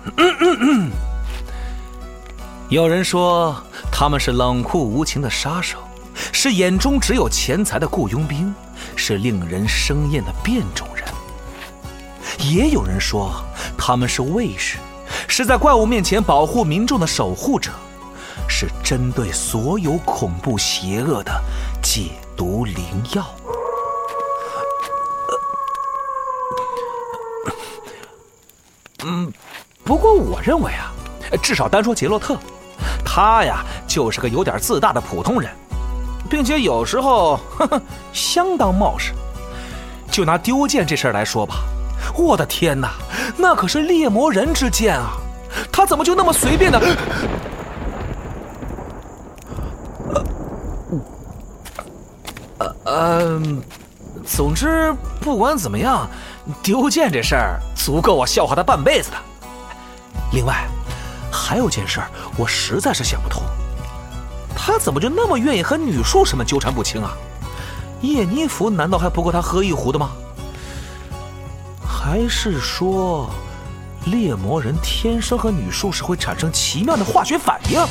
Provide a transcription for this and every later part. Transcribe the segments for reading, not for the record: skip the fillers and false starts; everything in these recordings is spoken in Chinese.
有人说他们是冷酷无情的杀手，是眼中只有钱财的雇佣兵，是令人生厌的变种人。也有人说他们是卫士，是在怪物面前保护民众的守护者，是针对所有恐怖邪恶的解毒灵药。不过我认为啊，至少单说杰洛特，他呀就是个有点自大的普通人，并且有时候相当冒失。就拿丢剑这事儿来说吧，我的天哪，那可是猎魔人之剑啊，他怎么就那么随便的？总之不管怎么样，丢剑这事儿足够我笑话他半辈子的。另外还有件事儿我实在是想不通，他怎么就那么愿意和女术士们纠缠不清啊？叶尼弗难道还不够他喝一壶的吗？还是说猎魔人天生和女术士会产生奇妙的化学反应？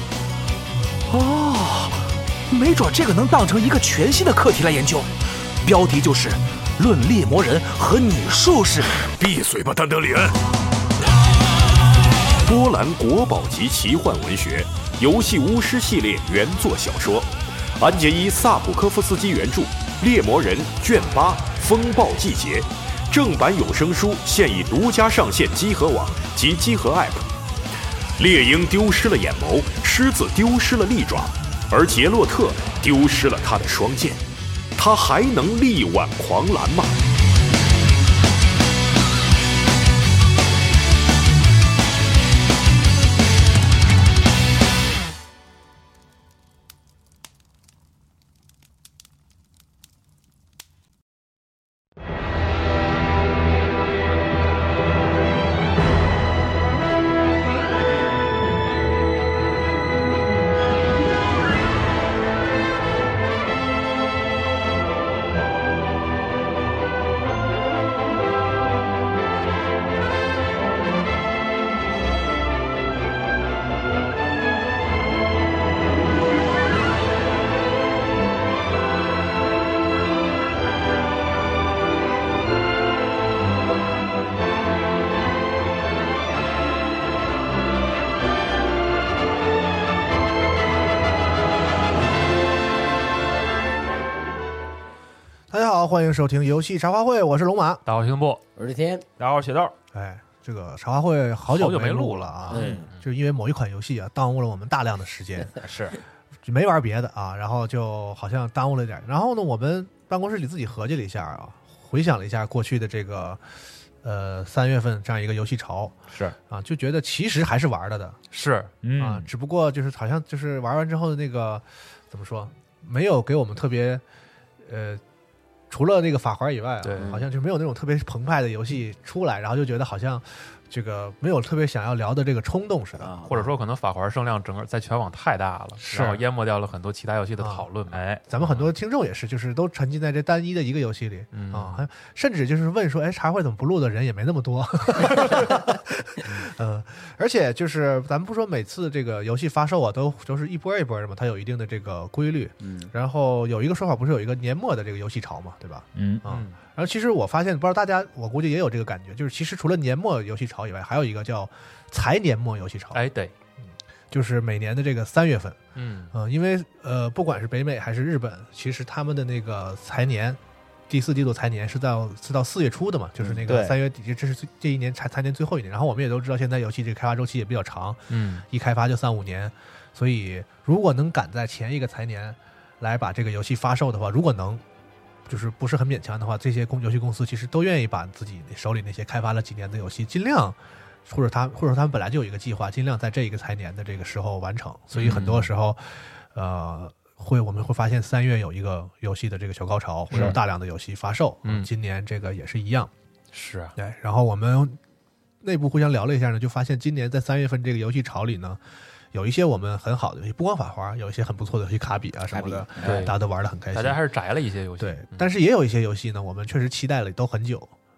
哦，没准这个能当成一个全新的课题来研究，标题就是论猎魔人和女术士。 闭嘴吧，丹德里恩！波兰国宝级奇幻文学游戏巫师系列原作小说，安杰伊·萨普科夫斯基原著，《猎魔人》卷8风暴季节，正版有声书现已独家上线集合网及集合 App。猎鹰丢失了眼眸，狮子丢失了利爪，而杰洛特丢失了他的双剑，他还能力挽狂澜吗？ 大家好，欢迎收听游戏茶话会，我是龙马。 大家好，星波， 我是天， 大家好，雪豆。 哎，这个茶话会好久没录了啊，就是因为某一款游戏啊，耽误了我们大量的时间， 是没玩别的啊，然后就好像耽误了点。然后呢，我们办公室里自己合计了一下啊，回想了一下过去的这个3月份这样一个游戏潮， 是啊，就觉得其实还是玩的是啊，只不过就是好像就是玩完之后的那个怎么说，没有给我们特别除了那个法环以外啊，好像就没有那种特别澎湃的游戏出来，然后就觉得好像这个没有特别想要聊的这个冲动似的， 或者说可能法环声量整个在全网太大了，然后淹没掉了很多其他游戏的讨论。哎， 咱们很多听众也是，就是都沉浸在这单一的一个游戏里啊，甚至就是问说，哎，茶会怎么不录的人也没那么多。而且就是咱们不说每次这个游戏发售啊，都是一波一波的嘛，它有一定的这个规律。然后有一个说法，不是有一个年末的这个游戏潮嘛，对吧？然后其实我发现，不知道大家，我估计也有这个感觉，就是其实除了年末游戏潮以外，还有一个叫财年末游戏潮。 哎，对， 就是每年的这个3月份。因为不管是北美还是日本，其实他们的那个财年，第4季度财年是到4月初的嘛，就是那个3月底，这是这一年财年最后一年。然后我们也都知道，现在游戏这个开发周期也比较长，一开发就3-5年，所以如果能赶在前一个财年来把这个游戏发售的话，如果能。就是不是很勉强的话，这些游戏公司其实都愿意把自己手里那些开发了几年的游戏，尽量或者他们本来就有一个计划，尽量在这一个财年的这个时候完成。所以很多时候，我们会发现3月有一个游戏的这个小高潮，会有大量的游戏发售。今年这个也是一样。 是啊， 对。然后我们内部互相聊了一下呢，就发现今年在3月份这个游戏潮里呢。有一些我们很好的游戏，不光法华，有一些很不错的游戏，卡比啊什么的，大家都玩得很开心。 大家还是宅了一些游戏， 对。但是也有一些游戏呢，我们确实期待了都很久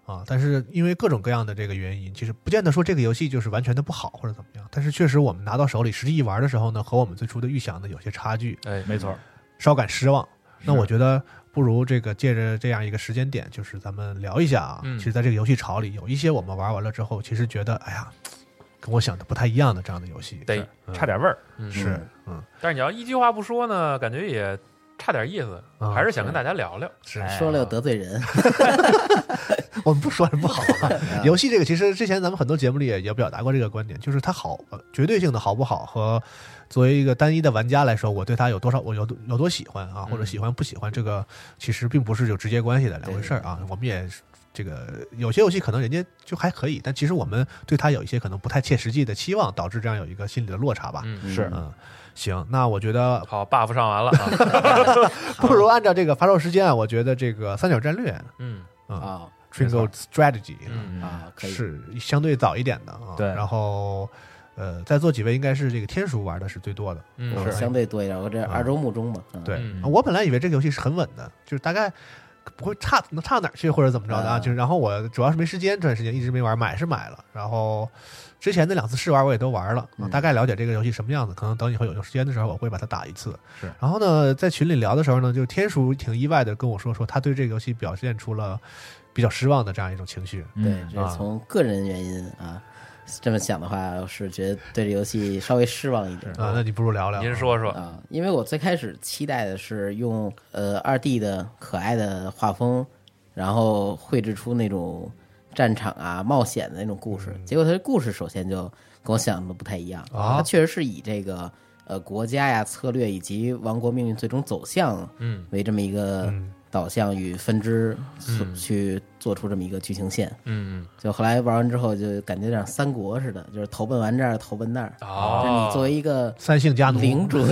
啊，但是因为各种各样的这个原因，其实不见得说这个游戏就是完全的不好或者怎么样，但是确实我们拿到手里实际一玩的时候呢，和我们最初的预想的有些差距， 没错， 稍感失望。那我觉得不如这个借着这样一个时间点，就是咱们聊一下啊，其实在这个游戏潮里有一些我们玩完了之后，其实觉得哎呀，跟我想的不太一样的这样的游戏， 对， 差点味儿， 是， 但是你要一句话不说呢，感觉也差点意思，还是想跟大家聊聊。 说了又得罪人， 我们不说人不好啊。游戏这个其实之前咱们很多节目里也表达过这个观点，就是它好，绝对性的好不好和作为一个单一的玩家来说，我对它有多少，我有多喜欢啊，或者喜欢不喜欢，这个其实并不是有直接关系的两回事啊。我们也这个有些游戏可能人家就还可以，但其实我们对它有一些可能不太切实际的期望，导致这样有一个心理的落差吧。 是， 行，那我觉得好 buff 上完了啊， 不如按照这个发售时间啊，我觉得这个三角战略，Triangle Strategy 可以是相对早一点的啊。 对， 然后在座几位应该是这个天书玩的是最多的， 是相对多一点，我这2周目中嘛。 对，我本来以为这个游戏是很稳的，就是大概不会差哪儿去或者怎么着的啊。就是然后我主要是没时间，这段时间一直没玩，买是买了，然后之前的2次试玩我也都玩了，大概了解这个游戏什么样子，可能等以后有时间的时候我会把它打一次。 是， 然后呢，在群里聊的时候呢，就天书挺意外的跟我说他对这个游戏表现出了比较失望的这样一种情绪。 对，这是从个人原因啊。这么想的话，我是觉得对这游戏稍微失望一点啊。那你不如聊聊， 您说说啊？因为我最开始期待的是用2D 的可爱的画风，然后绘制出那种战场啊、冒险的那种故事。结果它的故事首先就跟我想的不太一样，它确实是以这个国家呀、策略以及王国命运最终走向为这么一个导向与分支去做出这么一个剧情线。就后来玩完之后就感觉有点三国似的，就是投奔完这儿投奔那儿。就是你作为一个三姓家奴领主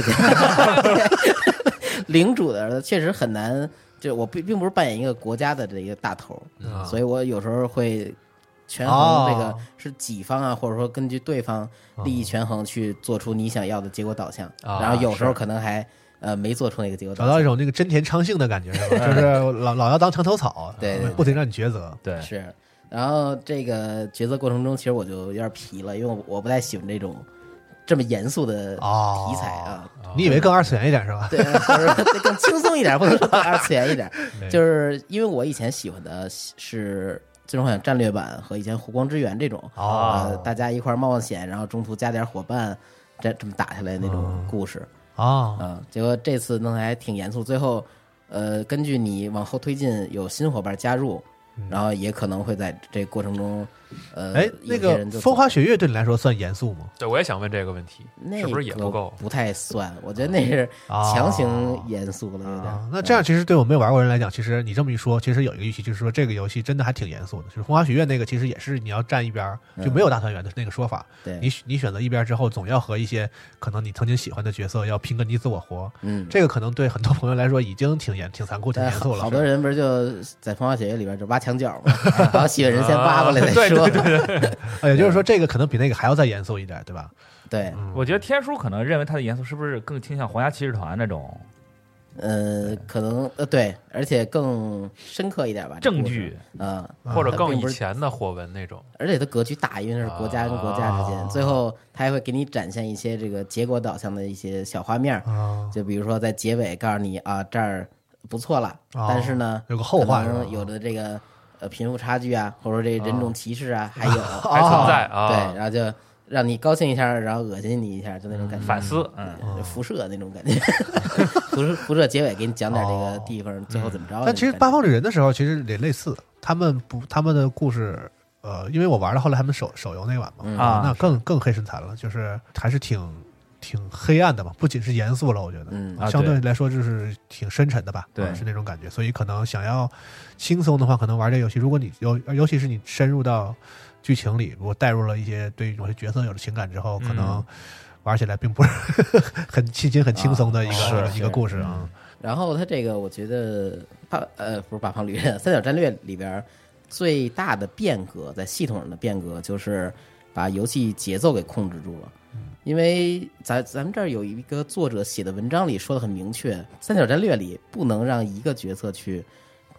领主的儿子确实很难，就我并不是扮演一个国家的这个大头，所以我有时候会权衡这个是己方啊，或者说根据对方利益权衡去做出你想要的结果导向，然后有时候可能还没做出那个结果导向， 找到一种那个真田昌幸的感觉，是吧？就是老要当墙头草， 对， 不停让你抉择， 对， 是。然后这个抉择过程中，其实我就有点疲了，因为我不太喜欢这种这么严肃的题材啊。 你以为更二次元一点是吧？ 对，或者更轻松一点，不能说更二次元一点。就是因为我以前喜欢的是最终幻想战略版和以前湖光之源这种大家一块冒险，然后中途加点伙伴，这么打下来那种故事结果这次弄得还挺严肃，最后根据你往后推进，有新伙伴加入。然后也可能会在这个过程中， 那个风花雪月对你来说算严肃吗？ 对，我也想问这个问题，是不是也不够？ 不太算，我觉得那是强行严肃了有点。 那这样其实对我没有玩过人来讲，其实你这么一说，其实有一个预期，就是说这个游戏真的还挺严肃的。就是风花雪月那个，其实也是你要站一边，就没有大团圆的那个说法。 对， 你选择一边之后，总要和一些可能你曾经喜欢的角色要拼个你死我活。这个可能对很多朋友来说已经挺残酷、挺严肃了。 好多人不是就在风花雪月里边就挖墙角嘛，然后喜欢人先挖过来再说。 对，也就是说这个可能比那个还要再严肃一点，对吧？ 对， 我觉得天书可能认为他的严肃是不是更倾向皇家骑士团那种？ 可能对，而且更深刻一点吧， 证据或者更以前的火文那种。 而且它格局大，因为是国家跟国家之间，最后它还会给你展现一些这个结果导向的一些小画面，就比如说在结尾告诉你啊这儿不错了，但是呢有个后话， 有的这个贫富差距啊，或者说这人种歧视啊，还有还存在啊， 对，然后就让你高兴一下，然后恶心你一下，就那种感觉， 反思， 辐射那种感觉，辐射结尾给你讲点这个地方最后怎么着。 但其实八方旅人的时候其实也类似，他们的故事，因为我玩了后来他们手游那款嘛，那更黑神残了，就是还是挺黑暗的嘛，不仅是严肃了，我觉得，相对来说就是挺深沉的吧， 对， 是那种感觉。所以可能想要轻松的话，可能玩这个游戏，如果你尤其是你深入到剧情里，如果带入了一些对某些角色有了情感之后，可能玩起来并不是很轻松的一个故事啊。 然后它这个我觉得不是八方旅人，三角战略里边最大的变革，在系统上的变革就是把游戏节奏给控制住了。因为咱们这儿有一个作者写的文章里说的很明确，三角战略里不能让一个角色去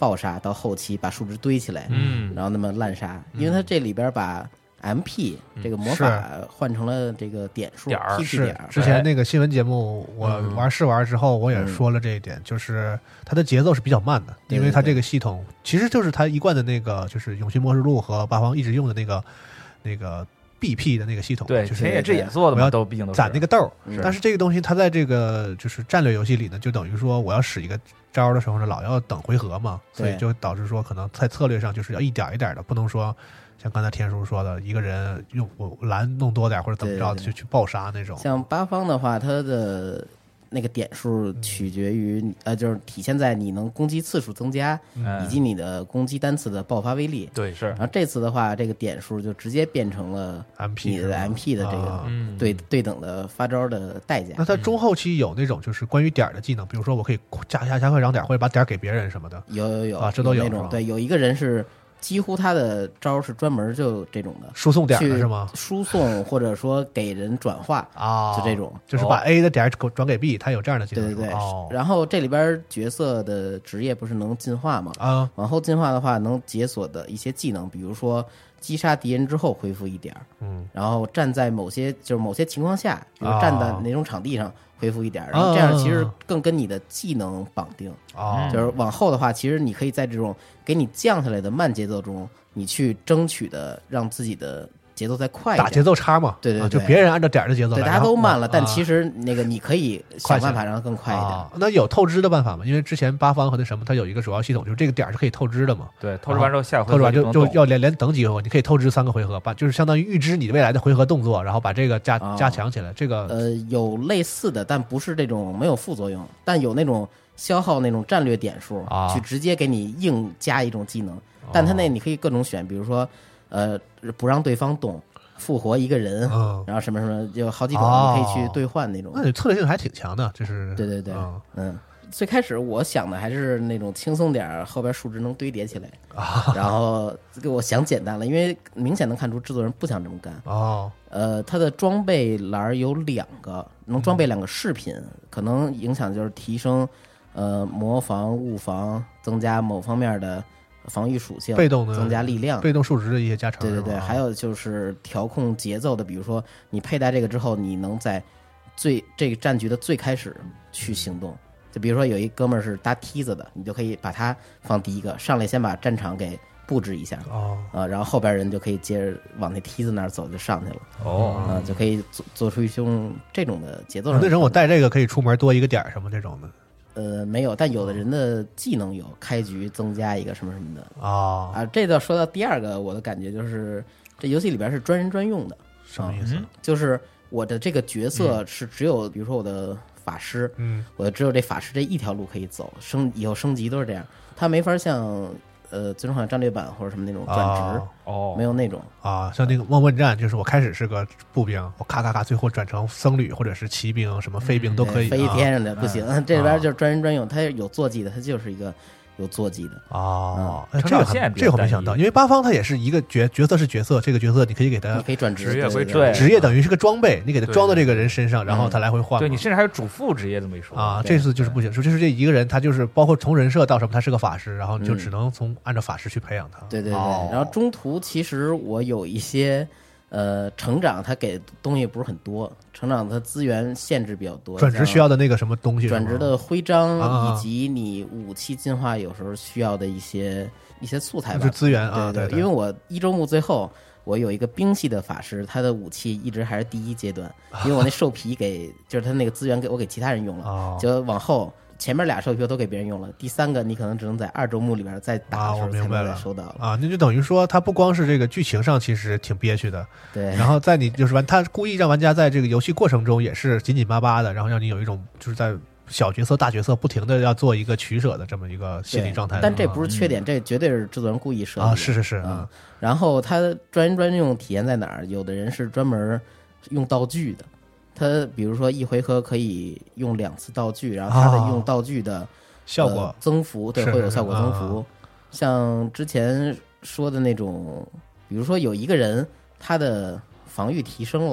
爆杀，到后期把数值堆起来，然后那么滥杀，因为它这里边把 MP 这个魔法换成了这个点数，TP 点。 之前那个新闻节目我试玩之后，我也说了这一点，就是它的节奏是比较慢的，因为它这个系统其实就是它一贯的那个，就是永续末世录和八方一直用的那个 BP 的那个系统， 对， 就是田野之眼做的嘛，都毕竟都攒那个豆。但是这个东西它在这个就是战略游戏里呢，就等于说我要使一个招的时候呢，老要等回合嘛，所以就导致说可能在策略上就是要一点一点的，不能说像刚才天叔说的，一个人用我蓝弄多点或者怎么着的就去爆杀那种。 像八方的话，它的那个点数取决于就是体现在你能攻击次数增加，以及你的攻击单次的爆发威力。 对，是。 然后这次的话，这个点数就直接变成了你的 MP 的这个对等的发招的代价。 那它中后期有那种就是关于点的技能，比如说我可以加快涨点，或者把点给别人什么的。 有啊，这都有那种。对，有一个人是几乎他的招是专门就这种的， 输送点的是吗？ 输送或者说给人转化啊， 就这种， 就是把 A 的点转给 B，他有这样的技能。 对。然后这里边角色的职业不是能进化吗？啊，往后进化的话，能解锁的一些技能，比如说击杀敌人之后恢复1点，然后站在某些情况下，比如站在哪种场地上恢复1点，然后这样其实更跟你的技能绑定。就是往后的话，其实你可以在这种给你降下来的慢节奏中，你去争取的让自己的节奏再快一点， 打节奏差嘛。对，就别人按照点的节奏来， 对，大家都慢了，但其实那个你可以想办法让它更快一点。 那有透支的办法吗？因为之前八方和那什么，它有一个主要系统，就是这个点是可以透支的嘛。 对，透支完之后下回透支完就要连等几回合，你可以透支3个回合，就是相当于预知你未来的回合动作，然后把这个加强起来。这个有类似的，但不是这种没有副作用，但有那种消耗那种战略点数去直接给你硬加一种技能，但它那你可以各种选，比如说不让对方动，复活一个人，然后什么什么有好几种你可以去兑换那种。 那你策略性还挺强的，就是对，最开始我想的还是那种轻松点，后边数值能堆叠起来，然后我想简单了，因为明显能看出制作人不想这么干。它的装备栏有2个，能装备2个饰品，可能影响就是提升魔防、物防，增加某方面的防御属性， 被动的增加力量， 被动数值的一些加成。 对，还有就是调控节奏的，比如说你佩戴这个之后，你能在这个战局的最开始去行动。就比如说有一哥们儿是搭梯子的，你就可以把它放第一个，上来先把战场给布置一下，然后后边人就可以接着往那梯子那儿走就上去了，就可以做出一种这种的节奏上。 那人我带这个可以出门多1个点什么这种的。 没有，但有的人的技能有开局增加一个什么什么的这个说到第2个，我的感觉就是这游戏里边是专人专用的。 什么意思？ 就是我的这个角色是只有，比如说我的法师，我只有这法师这一条路可以走，以后升级都是这样，它没法像最终幻想战略版或者什么那种转职，没有那种像那个梦问战，就是我开始是个步兵，我咔最后转成僧侣或者是骑兵，什么飞兵都可以， 飞天上的不行，这里边就是专人专用，它有坐骑的，它就是一个有坐骑的这个我没想到，因为八方它也是一个角色是角色，这个角色你可以给他， 你可以转职， 职业等于是个装备，你给他装到这个人身上，然后他来回换。 对，你甚至还有主副职业这么一说这次就是不行，就是这一个人他就是包括从人设到什么，他是个法师，然后你就只能按照法师去培养他。 对，然后中途其实我有一些成长，他给的东西不是很多，成长它资源限制比较多， 转职需要的那个什么东西， 转职的徽章以及你武器进化有时候需要的一些素材吧， 就资源对，因为我1周目最后我有一个兵系的法师，他的武器一直还是第1阶段，因为我那兽皮就是他那个资源给其他人用了，就往后前面2兽皮都给别人用了，第3个你可能只能在2周目里边再打的时候才能再收到了那就等于说他不光是这个剧情上其实挺憋屈的， 对， 然后在你就是他故意让玩家在这个游戏过程中也是紧紧巴巴的，然后让你有一种就是在小角色大角色不停的要做一个取舍的这么一个心理状态。 但这不是缺点，这绝对是制作人故意设计的是然后他专人专用体现在哪儿？有的人是专门用道具的，他比如说1回合可以用2次道具，然后他的用道具的效果增幅，对，会有效果增幅。像之前说的那种，比如说有一个人他的防御提升了，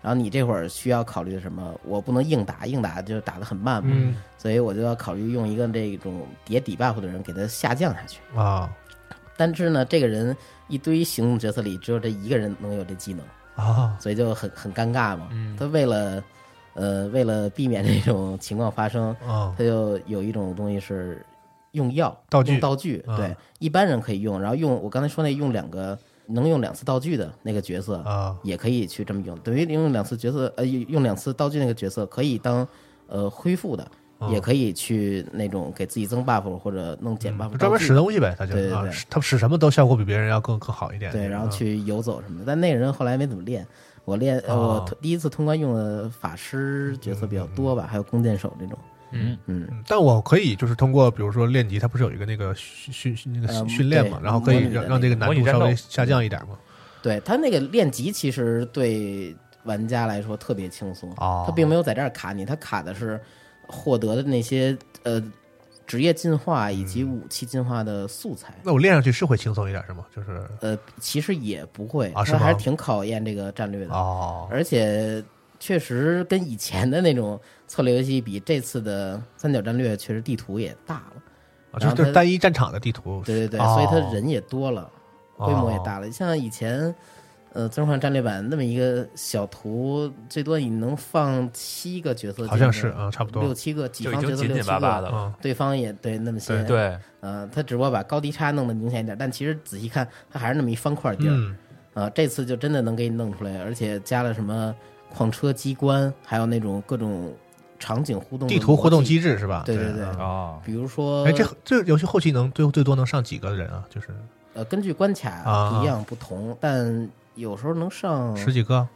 然后你这会儿需要考虑什么？我不能硬打，硬打就打得很慢嘛，所以我就要考虑用一个这种叠底 buff 的人给他下降下去啊。 但是呢，这个人一堆行动角色里只有这一个人能有这技能啊， 所以就很尴尬嘛。他为了避免这种情况发生，他就有一种东西是用道具，对，一般人可以用，然后我刚才说那用2次道具的那个角色也可以去这么用，等于用2次角色用2次道具那个角色可以当恢复的。也可以去那种给自己增 buff 或者弄减 buff， 专门使东西呗，他就对， 他使什么都效果比别人要更好一点。 对，然后去游走什么的。但那个人后来没怎么练，我第一次通关用的法师角色比较多吧，还有弓箭手这种。 但我可以就是通过比如说练级，它不是有一个那个训练嘛，然后可以让这个难度稍微下降一点嘛。 对，他那个练级其实对玩家来说特别轻松，他并没有在这儿卡你，他卡的是获得的那些职业进化以及武器进化的素材。 那我练上去是会轻松一点是吗？就是其实也不会， 它还是挺考验这个战略的而且确实跟以前的那种策略游戏比，这次的三角战略确实地图也大了就是单一战场的地图。 对，所以他人也多了，规模也大了。像以前《最终幻想战略版》那么一个小图，最多你能放7个角色， 好像是差不多 6、7个，己方角色 6、7个的，对方也对那么些。 对， 他只不过把高低差弄得明显一点，但其实仔细看，他还是那么一方块地儿。这次就真的能给你弄出来，而且加了什么矿车机关，还有那种各种场景互动、 地图互动机制是吧？ 对比如说， 这游戏后期最多能上几个人啊？就是根据关卡不一样不同，但有时候能上 10几个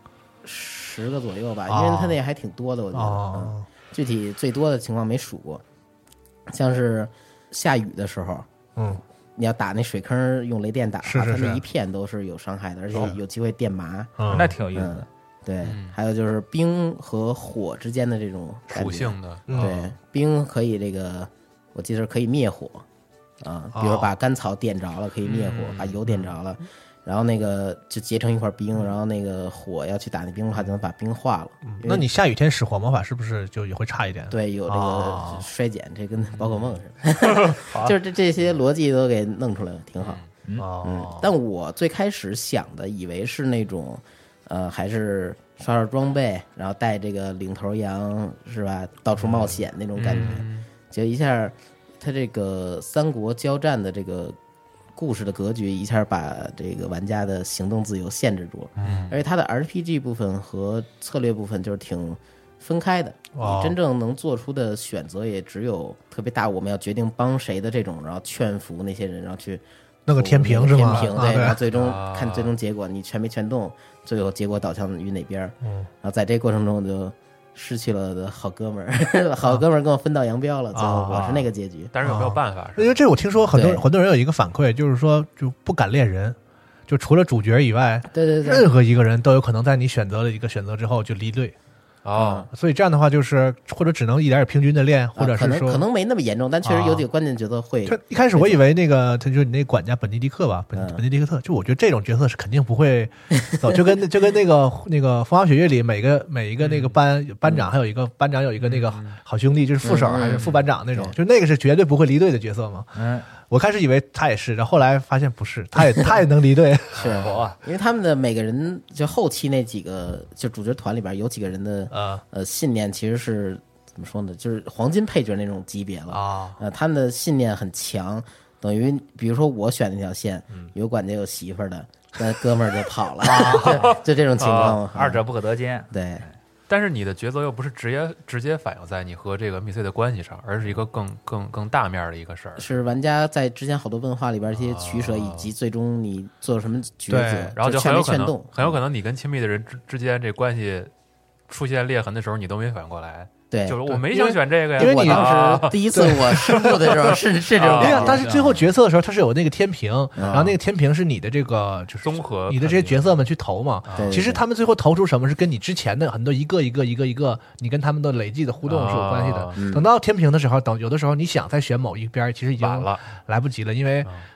，10个左右吧，因为它那还挺多的，我觉得。具体最多的情况没数过，像是下雨的时候，你要打那水坑用雷电打，它那一片都是有伤害的，而且有机会电麻， 那挺有意思的。 对，还有就是冰和火之间的这种属性的， 对，冰可以我记得可以灭火比如把干草点着了可以灭火，把油点着了。然后那个就结成一块冰，然后那个火要去打那冰的话，就能把冰化了。 那你下雨天使火魔法是不是就也会差一点？ 对，有这个衰减，这跟宝可梦似的，就是这些逻辑都给弄出来了，挺好。但我最开始想的以为是那种，还是刷装备，然后带这个领头羊是吧，到处冒险那种感觉。就一下，他这个三国交战的这个故事的格局一下把这个玩家的行动自由限制住了，而且它的 RPG 部分和策略部分就是挺分开的，你真正能做出的选择也只有特别大，我们要决定帮谁的这种，然后劝服那些人，然后去弄个天平是吗？ 对，然后最终看最终结果你劝没劝动，最后结果导向于哪边，然后在这过程中就失去了的好哥们儿，好哥们儿跟我分道扬镳了，最后我是那个结局。 但是有没有办法？ 因为这我听说很多人有一个反馈，就是说就不敢练人，就除了主角以外， 对， 任何一个人都有可能在你选择了一个选择之后就离队。所以这样的话就是或者只能一点点平均的练，或者是说可能没那么严重，但确实有几个关键角色会。 一开始我以为那个他就是你那管家本尼迪克吧，本尼迪克特，就我觉得这种角色是肯定不会走，就跟那个风花雪月里每一个那个班长还有一个班长有一个那个好兄弟，就是副手还是副班长那种，就那个是绝对不会离队的角色嘛。我开始以为他也是，然后后来发现不是，他也能离队。 是，因为他们的每个人就后期那几个就主角团里边有几个人的信念其实是怎么说呢，就是黄金配角那种级别了他们的信念很强，等于比如说我选那条线，有管家有媳妇儿的，那哥们儿就跑了，就这种情况， 二者不可得兼。 对。 但是你的抉择又不是直接反映在你和这个密 C 的关系上，而是一个更大面的一个事儿。 是玩家在之前好多问话里边这些取舍，以及最终你做什么抉择， 然后就很有可能你跟亲密的人之间这关系出现裂痕的时候，你都没反应过来。 对， 就是我没想选这个呀， 因为我当时第一次我深入的时候是这种， 因为但是最后决策的时候它是有那个天平，然后那个天平是你的这个就是综合你的这些角色们去投嘛。其实他们最后投出什么是跟你之前的很多一个你跟他们的累计的互动是有关系的。等到天平的时候，有的时候你想再选某一边，其实已经来不及了，因为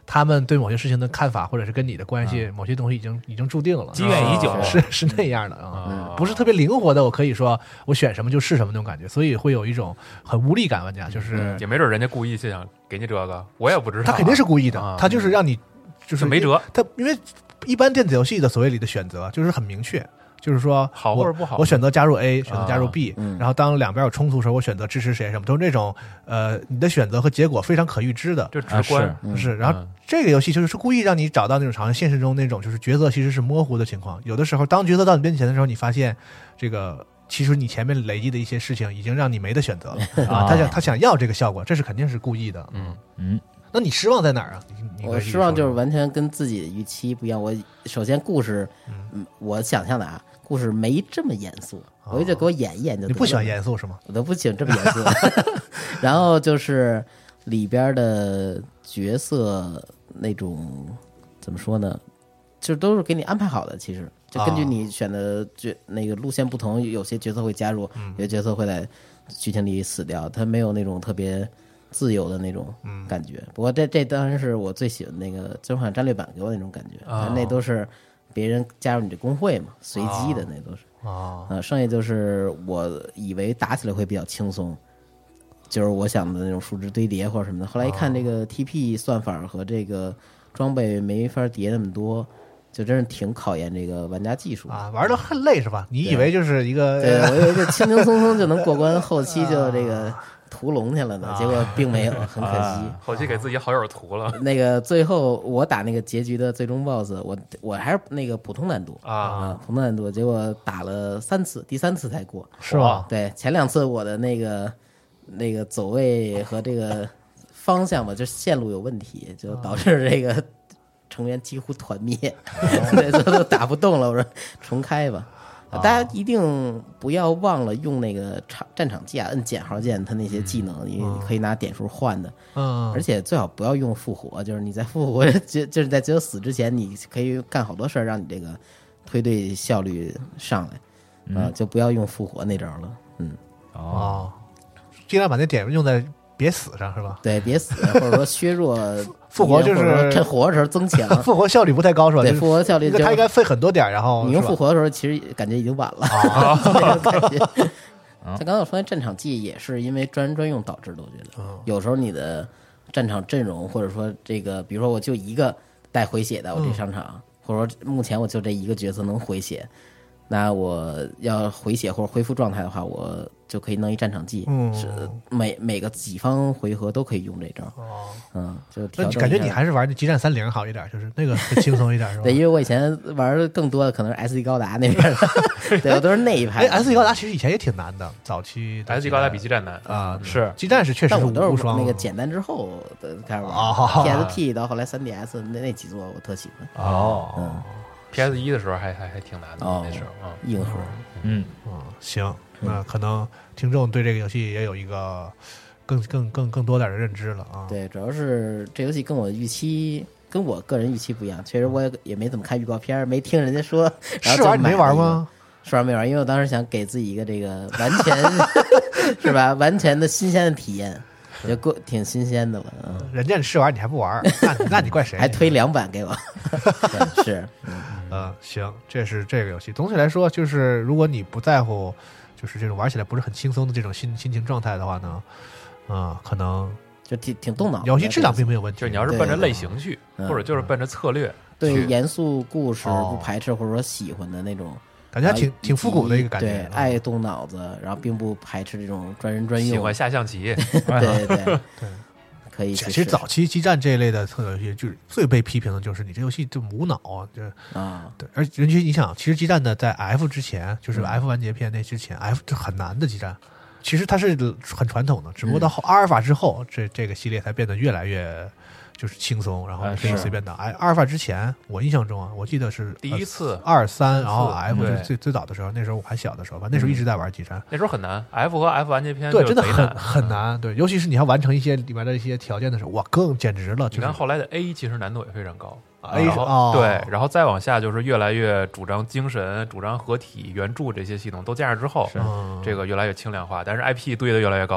他们对某些事情的看法，或者是跟你的关系，某些东西已经注定了， 积怨已久， 是那样的啊，不是特别灵活的。我可以说我选什么就是什么那种感觉，所以会有一种很无力感。玩家就是也没准人家故意就想给你这个，我也不知道， 他肯定是故意的，他就是让你就是没辙。 他因为一般电子游戏的所谓里的选择就是很明确。就是说好或者不好， 我选择加入 A， 选择加入 B，然后当两边有冲突的时候，我选择支持谁什么，都是这种你的选择和结果非常可预知的， 就直观是。然后这个游戏就是故意让你找到那种好像现实中那种就是角色其实是模糊的情况，有的时候当角色到你面前的时候，你发现这个其实你前面累积的一些事情已经让你没得选择了啊，他想要这个效果，这是肯定是故意的。那你失望在哪儿啊？ 我失望就是完全跟自己的预期不一样。我首先故事，我想象的啊，故事没这么严肃，我就给我演一演就。 你不喜欢严肃是吗？ 我都不喜欢这么严肃。然后就是里边的角色那种怎么说呢，就都是给你安排好的，其实就根据你选的那个路线不同，有些角色会加入，有些角色会在剧情里死掉，它没有那种特别自由的那种感觉。不过这当然是我最喜欢那个《最终幻想战略版》给我那种感觉，那都是别人加入你这工会嘛，随机的那都是剩下就是我以为打起来会比较轻松，就是我想的那种数值堆叠或者什么的。后来一看这个 TP 算法和这个装备没法叠那么多，就真是挺考验这个玩家技术啊，玩的很累是吧？你以为就是一个对我以为就轻轻松松就能过关，后期就这个屠龙去了呢，结果并没有，很可惜。 后期给自己好友屠了。 那个最后我打那个结局的最终 BOSS， 我还是那个普通难度普通难度，结果打了3次，第3次才过， 是吧？ 对，前2次我的那个走位和这个方向吧，就线路有问题，就导致这个成员几乎团灭，这都打不动了。我说重开吧。大家一定不要忘了用那个战场技啊，摁减号键，它那些技能你可以拿点数换的。而且最好不要用复活，就是你在复活就是在只有死之前，你可以干好多事儿，让你这个推队效率上来。就不要用复活那招了。 尽量把那点用在别死上是吧？ 对，别死，或者说削弱复活，就是趁活的时候增强。 复活效率不太高是吧？ 对，复活效率它应该费很多点，然后你用复活的时候，其实感觉已经晚了。那种感觉。像刚才我说那战场技也是因为专用导致的，我觉得有时候你的战场阵容，或者说这个，比如说我就一个带回血的我这商场，或者说目前我就这一个角色能回血，那我要回血或者恢复状态的话，我就可以弄一战场技，是每个己方回合都可以用这招。就那感觉你还是玩激战30好一点，就是那个轻松一点是吧？ 对，因为我以前玩的更多的可能是 SD 高达那边的，对，我都是那一派。 SD 高达其实以前也挺难的，早期 SD 高达比激战难是激战是确实是无双。 那个简单之后的开始玩 PSP 到后来 3DS 那几座我特喜欢。 PS1 的时候还挺难的，那时候硬核。 行，那可能听众对这个游戏也有一个更多点的认知了啊。 对，主要是这游戏跟我个人预期不一样，确实我也没怎么看预告片，没听人家说。 试玩你没玩吗？ 试玩没玩，因为我当时想给自己一个这个完全是吧，完全的新鲜的体验。就挺新鲜的了。 人家试玩你还不玩，那你怪谁？ 还推2版给我。是， 行，这是这个游戏。总体来说，就是如果你不在乎，就是这种玩起来不是很轻松的这种心情状态的话呢，可能就挺动脑。 游戏质量并没有问题， 就是你要是奔着类型去，或者就是奔着策略， 对严肃故事不排斥，或者说喜欢的那种。 感觉挺复古的一个感觉， 对，爱动脑子，然后并不排斥这种专人专用， 喜欢下象棋， 对，可以。 其实早期激战这一类的策略游戏，就是最被批评的就是你这游戏就无脑啊，对，而且你想，其实激战的在 F 之前，就是 F 完结篇那之前 ，F 是很难的激战，其实它是很传统的，只不过到阿尔法之后，这个系列才变得越来越。就是轻松，然后可以随便打。阿尔法之前，我印象中我记得是第一次 2、3，然后 F 是最早的时候，那时候我还小的时候吧，那时候一直在玩激战。 那时候很难 ，F 和 F 完结篇对，真的很难。对，尤其是你要完成一些里面的一些条件的时候，哇，更简直了。 你看后来的 A 其实难度也非常高。 A 对，然后再往下就是越来越主张精神、主张合体、援助这些系统都加上之后，这个越来越轻量化，但是 IP 堆的越来越高。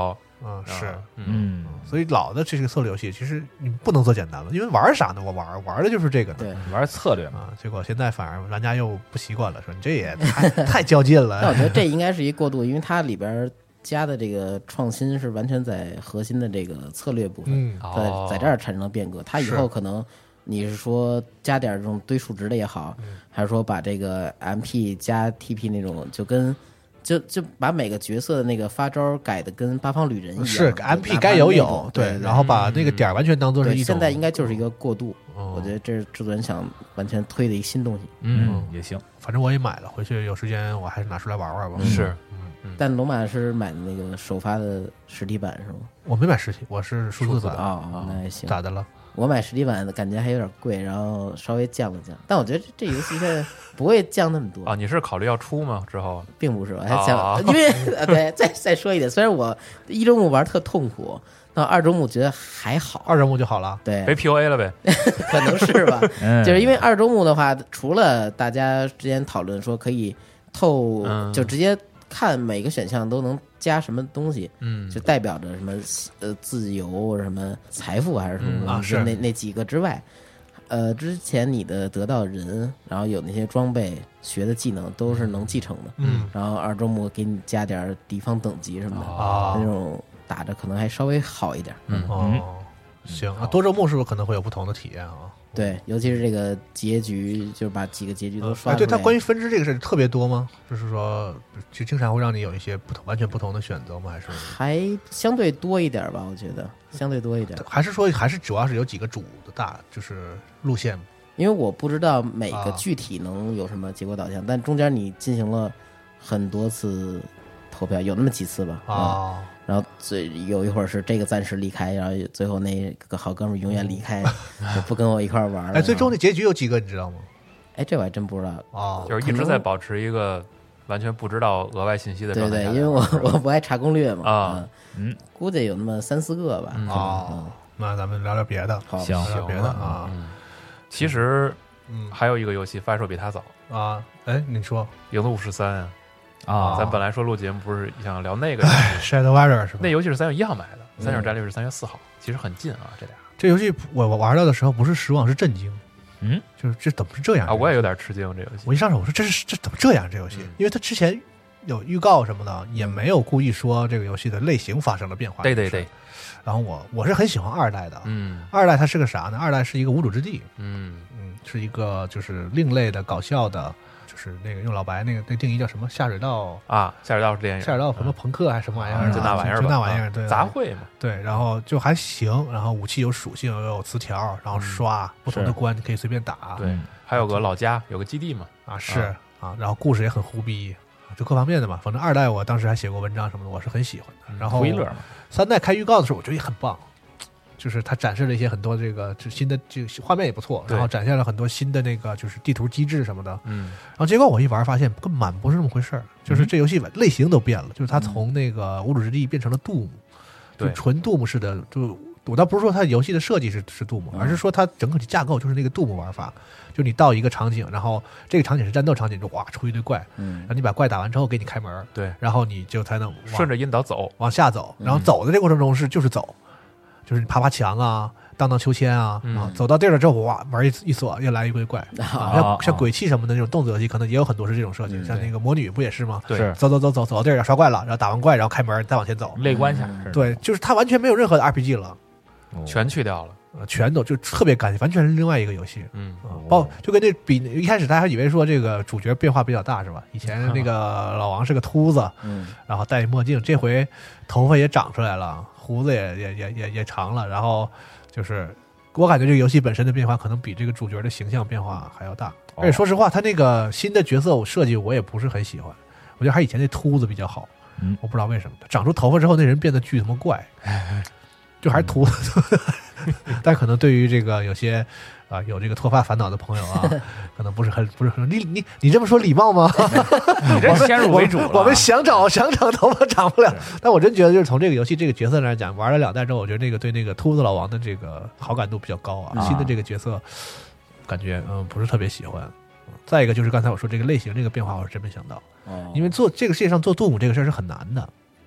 是， 所以老的这个策略游戏，其实你不能做简单了，因为玩啥呢？我玩的就是这个呢， 对， 玩策略嘛。结果现在反而玩家又不习惯了，说你这也太较劲了。 但我觉得这应该是一过渡，因为它里边加的这个创新是完全在核心的这个策略部分，在这儿产生了变革。它以后可能你是说加点这种堆数值的也好，还是说把这个 MP 加 TP 那种就把每个角色的那个发招改的跟八方旅人一样， 是 MP 该有对，然后把那个点完全当做是一种。 现在应该就是一个过渡，我觉得这是制作人想完全推的一个新东西。 也行， 反正我也买了，回去有时间我还是拿出来玩玩吧。 是， 但龙马是买的那个首发的实体版是吗？ 我没买实体，我是数字版那还行。 咋的了？ 我买实体版的感觉还有点贵，然后稍微降了降，但我觉得这游戏现在不会降那么多啊。你是考虑要出吗？之后并不是，我还想，因为对，再说一点，虽然我一周目玩特痛苦，那二周目觉得还好， 二周目就好了， 对， 被 PUA 了呗， 可能是吧，就是因为二周目的话，除了大家之间讨论说可以透，就直接看每个选项都能加什么东西，就代表着什么自由什么财富还是什么是那几个之外，之前你的得到人，然后有那些装备学的技能都是能继承的，然后二周目给你加点敌方等级什么的，那种打着可能还稍微好一点。 行啊，多周目是不是可能会有不同的体验啊？ 对，尤其是这个结局，就是把几个结局都刷出来。 对，它关于分支这个事特别多吗？就是说，就经常会让你有一些完全不同的选择吗？ 还相对多一点吧，我觉得相对多一点。 还是说，还是主要是有几个主的大就是路线？ 因为我不知道每个具体能有什么结果导向，但中间你进行了很多次投票，有那么几次吧。然后有一会儿是这个暂时离开，然后最后那个好哥们永远离开，就不跟我一块玩了。 最终的结局有几个你知道吗？ 这我还真不知道。 就是一直在保持一个完全不知道额外信息的状态。 对，因为我不爱查攻略嘛。估计有那么3-4个吧。 那咱们聊聊别的。 好， 聊聊别的啊。 其实，还有一个游戏发售比它早啊。你说 《影子武士3》啊，咱本来说录节目不是想聊那个 Shadow Warrior 是吧？ 那游戏是3月1号买的，3角战略是3月4号，其实很近啊，这俩。 这游戏我玩到的时候不是失望，是震惊。就是这怎么是这样啊？我也有点吃惊，这游戏。 我一上手我说这怎么这样？这游戏，因为它之前有预告什么的，也没有故意说这个游戏的类型发生了变化。 对。 然后我是很喜欢二代的，二代它是个啥呢？二代是一个无主之地，是一个就是另类的搞笑的。就是那个用老白那定义叫什么下水道啊？下水道是电影， 下水道什么朋克还是什么玩意儿？ 就那玩意儿， 就那玩意儿，对， 杂烩嘛。 对，然后就还行，然后武器有属性，又有词条，然后刷不同的关可以随便打。 对，还有个老家，有个基地嘛。 然后故事也很胡逼，就各方面的嘛。反正二代我当时还写过文章什么的，我是很喜欢的。然后3代开预告的时候，我觉得也很棒。就是它展示了一些很多这个就新的这个画面也不错，然后展现了很多新的那个就是地图机制什么的，然后结果我一玩发现根本不是那么回事儿，就是这游戏类型都变了，就是它从那个无主之地变成了Doom，就纯Doom式的，就我倒不是说它游戏的设计是Doom，而是说它整个架构就是那个Doom玩法，就你到一个场景，然后这个场景是战斗场景，就哇出一堆怪，然后你把怪打完之后给你开门， 对， 然后你就才能顺着引导走往下走，然后走的这个过程中就是走。就是你爬墙啊，荡秋千啊，走到地儿了之后，哇，门一锁，又来一堆怪像鬼泣什么的那种动作游戏，可能也有很多是这种设计，像那个魔女不也是吗？ 对， 走到地儿要刷怪了，然后打完怪，然后开门再往前走， 类关卡。 对，就是它完全没有任何的 RPG 了， 全去掉了。 全都就特别干净，完全是另外一个游戏。就跟那比一开始大家以为说这个主角变化比较大是吧？以前那个老王是个秃子，然后戴墨镜，这回头发也长出来了，胡子也长了，然后就是我感觉这个游戏本身的变化可能比这个主角的形象变化还要大。而且说实话，他那个新的角色我设计我也不是很喜欢，我觉得还是以前那秃子比较好。我不知道为什么长出头发之后那人变得巨他妈怪。就还是秃子，但可能对于这个有些有这个脱发烦恼的朋友啊，可能不是很你这么说礼貌吗？ 你这先入为主了。 我们想长头发长不了，但我真觉得就是从这个游戏这个角色来讲，玩了2代之后，我觉得那个对那个秃子老王的这个好感度比较高啊。新的这个角色感觉不是特别喜欢。再一个就是刚才我说这个类型这个变化，我是真没想到，因为做这个世界上做Doom这个事儿是很难的。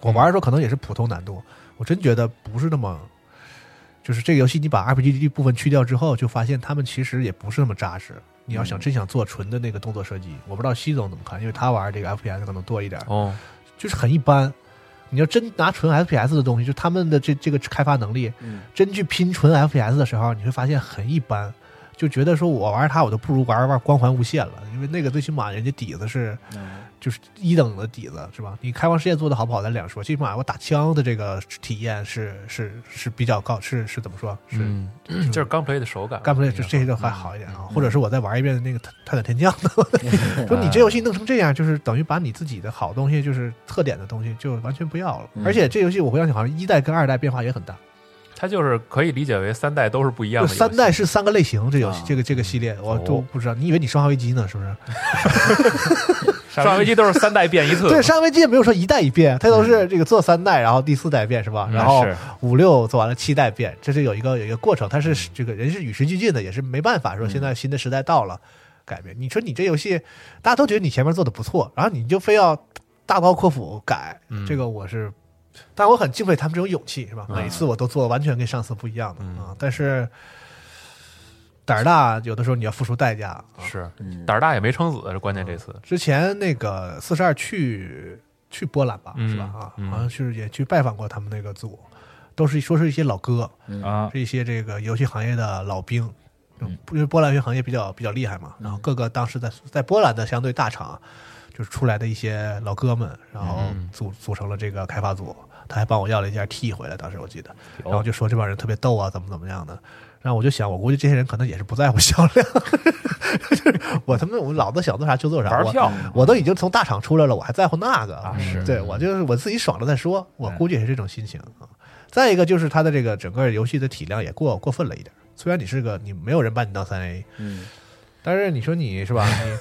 我玩的时候可能也是普通难度，我真觉得不是那么，就是这个游戏你把 RPG 部分去掉之后，就发现他们其实也不是那么扎实。你要真想做纯的那个动作射击，我不知道西总怎么看，因为他玩这个 FPS 可能多一点，就是很一般。你要真拿纯 FPS 的东西，就他们的这个开发能力，真去拼纯 FPS 的时候，你会发现很一般。就觉得说我玩它，我都不如玩光环无限了，因为那个最起码人家底子是，就是1等的底子，是吧？你开放世界做的好不好咱两说，最起码我打枪的这个体验是比较高，是怎么说？ 就是刚 play 的手感， 刚 play 这些都还好一点啊。或者是我再玩一遍那个泰坦天降的，说你这游戏弄成这样，就是等于把你自己的好东西，就是特点的东西，就完全不要了。而且这游戏我回想起好像1代跟2代变化也很大。 它就是可以理解为3代都是不一样的。 3代是3个类型，这游戏这个系列我都不知道。你以为你生化危机呢？是不是？ 生化危机都是3代变一次。 对，生化危机也没有说1代一变，它都是这个做3代，然后第4代变是吧？然后5、6做完了7代变，这是有一个过程。它是这个人是与时俱进的，也是没办法说现在新的时代到了改变。你说你这游戏大家都觉得你前面做的不错，然后你就非要大刀阔斧改，这个我是。但我很敬佩他们这种勇气，是吧？每次我都做完全跟上次不一样的啊，但是胆儿大，有的时候你要付出代价。 是，胆儿大也没撑死，是关键。这次之前那个42去波兰吧，是吧？好像是也去拜访过他们那个组，都是说是一些老哥是一些这个游戏行业的老兵，因为波兰游戏行业比较厉害嘛，然后各个当时在波兰的相对大厂。就是出来的一些老哥们，然后组成了这个开发组。他还帮我要了一件 T 回来，当时我记得，然后就说这帮人特别逗啊，怎么样的。然后我就想，我估计这些人可能也是不在乎销量，我老子想做啥就做啥， 玩票， 我都已经从大厂出来了，我还在乎那个啊？是， 对我就是我自己爽了再说，我估计也是这种心情啊。再一个就是它的这个整个游戏的体量也过分了一点，虽然你没有人把你当3A，但是你说你是吧？你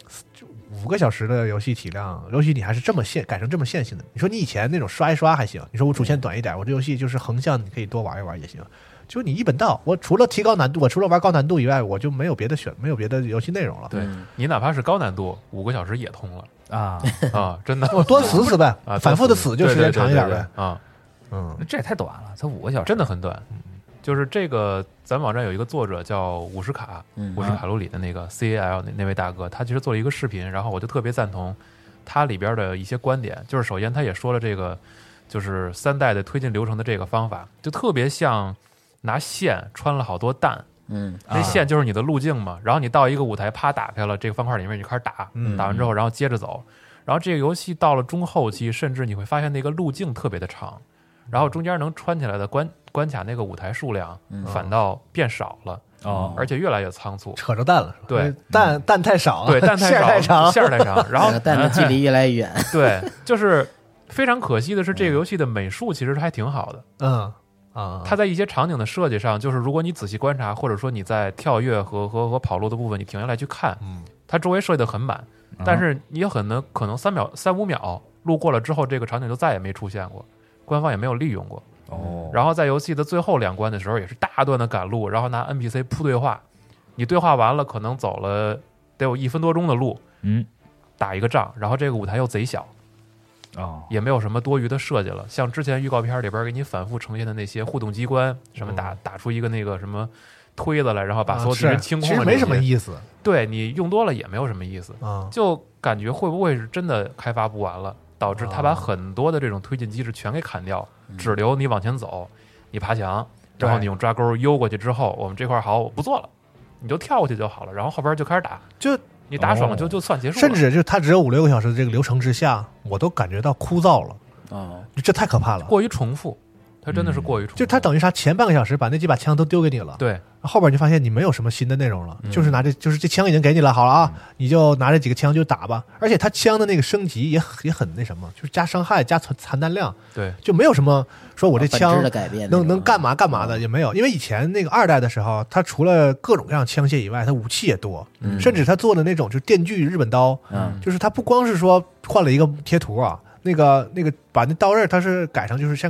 5个小时的游戏体量，尤其你还是改成这么线性的。你说你以前那种刷一刷还行，你说我主线短一点，我这游戏就是横向你可以多玩一玩也行。就你一本道，我除了提高难度，我除了玩高难度以外，我就没有别的游戏内容了。 对，你哪怕是高难度，5个小时也通了啊，真的。 我多死呗，反复的死就时间长一点呗啊。 这也太短了，才5个小时， 真的很短。就是这个，咱们网站有一个作者叫50卡，50卡路里的那个 CAL 那位大哥，他其实做了一个视频，然后我就特别赞同他里边的一些观点。就是首先他也说了这个，就是3代的推进流程的这个方法，就特别像拿线穿了好多弹，那线就是你的路径嘛。然后你到一个舞台，啪打开了这个方块里面，你就开始打，打完之后，然后接着走。然后这个游戏到了中后期，甚至你会发现那个路径特别的长。然后中间能穿起来的关卡那个舞台数量反倒变少了而且越来越仓促， 扯着蛋了。 对， 蛋太少， 对，蛋太少，馅儿太长，然后蛋的距离越来越远。 对，就是非常可惜的是，这个游戏的美术其实还挺好的。它在一些场景的设计上，就是如果你仔细观察，或者说你在跳跃和跑路的部分，你停下来去看，它周围设计的很满，但是你有可能3、5秒路过了之后，这个场景就再也没出现过。官方也没有利用过然后在游戏的最后2关的时候，也是大段的赶路，然后拿 NPC 铺对话，你对话完了，可能走了得有1分多钟的路，打一个仗，然后这个舞台又贼小，也没有什么多余的设计了。像之前预告片里边给你反复呈现的那些互动机关，什么打出一个那个什么推子来，然后把所有敌人清空了， 其实没什么意思。 对，你用多了也没有什么意思就感觉会不会是真的开发不完了？导致他把很多的这种推进机制全给砍掉，只留你往前走，你爬墙，然后你用抓钩悠过去之后，我们这块好，我不做了，你就跳过去就好了，然后后边就开始打，就你打爽了就算结束了。 甚至就它只有5、6个小时的这个流程之下，我都感觉到枯燥了这太可怕了， 过于重复。它真的是过于重复， 就它等于啥？前半个小时把那几把枪都丢给你了， 对， 后边你发现你没有什么新的内容了，就是就是这枪已经给你了，好了啊，你就拿这几个枪就打吧。而且它枪的那个升级也很那什么，就是加伤害、加残弹量， 对， 就没有什么说我这枪的改变能干嘛的也没有。因为以前那个2代的时候，它除了各种各样枪械以外，它武器也多，甚至它做的那种就是电锯日本刀，就是它不光是说换了一个贴图啊，那个把那刀刃它是改成就是像个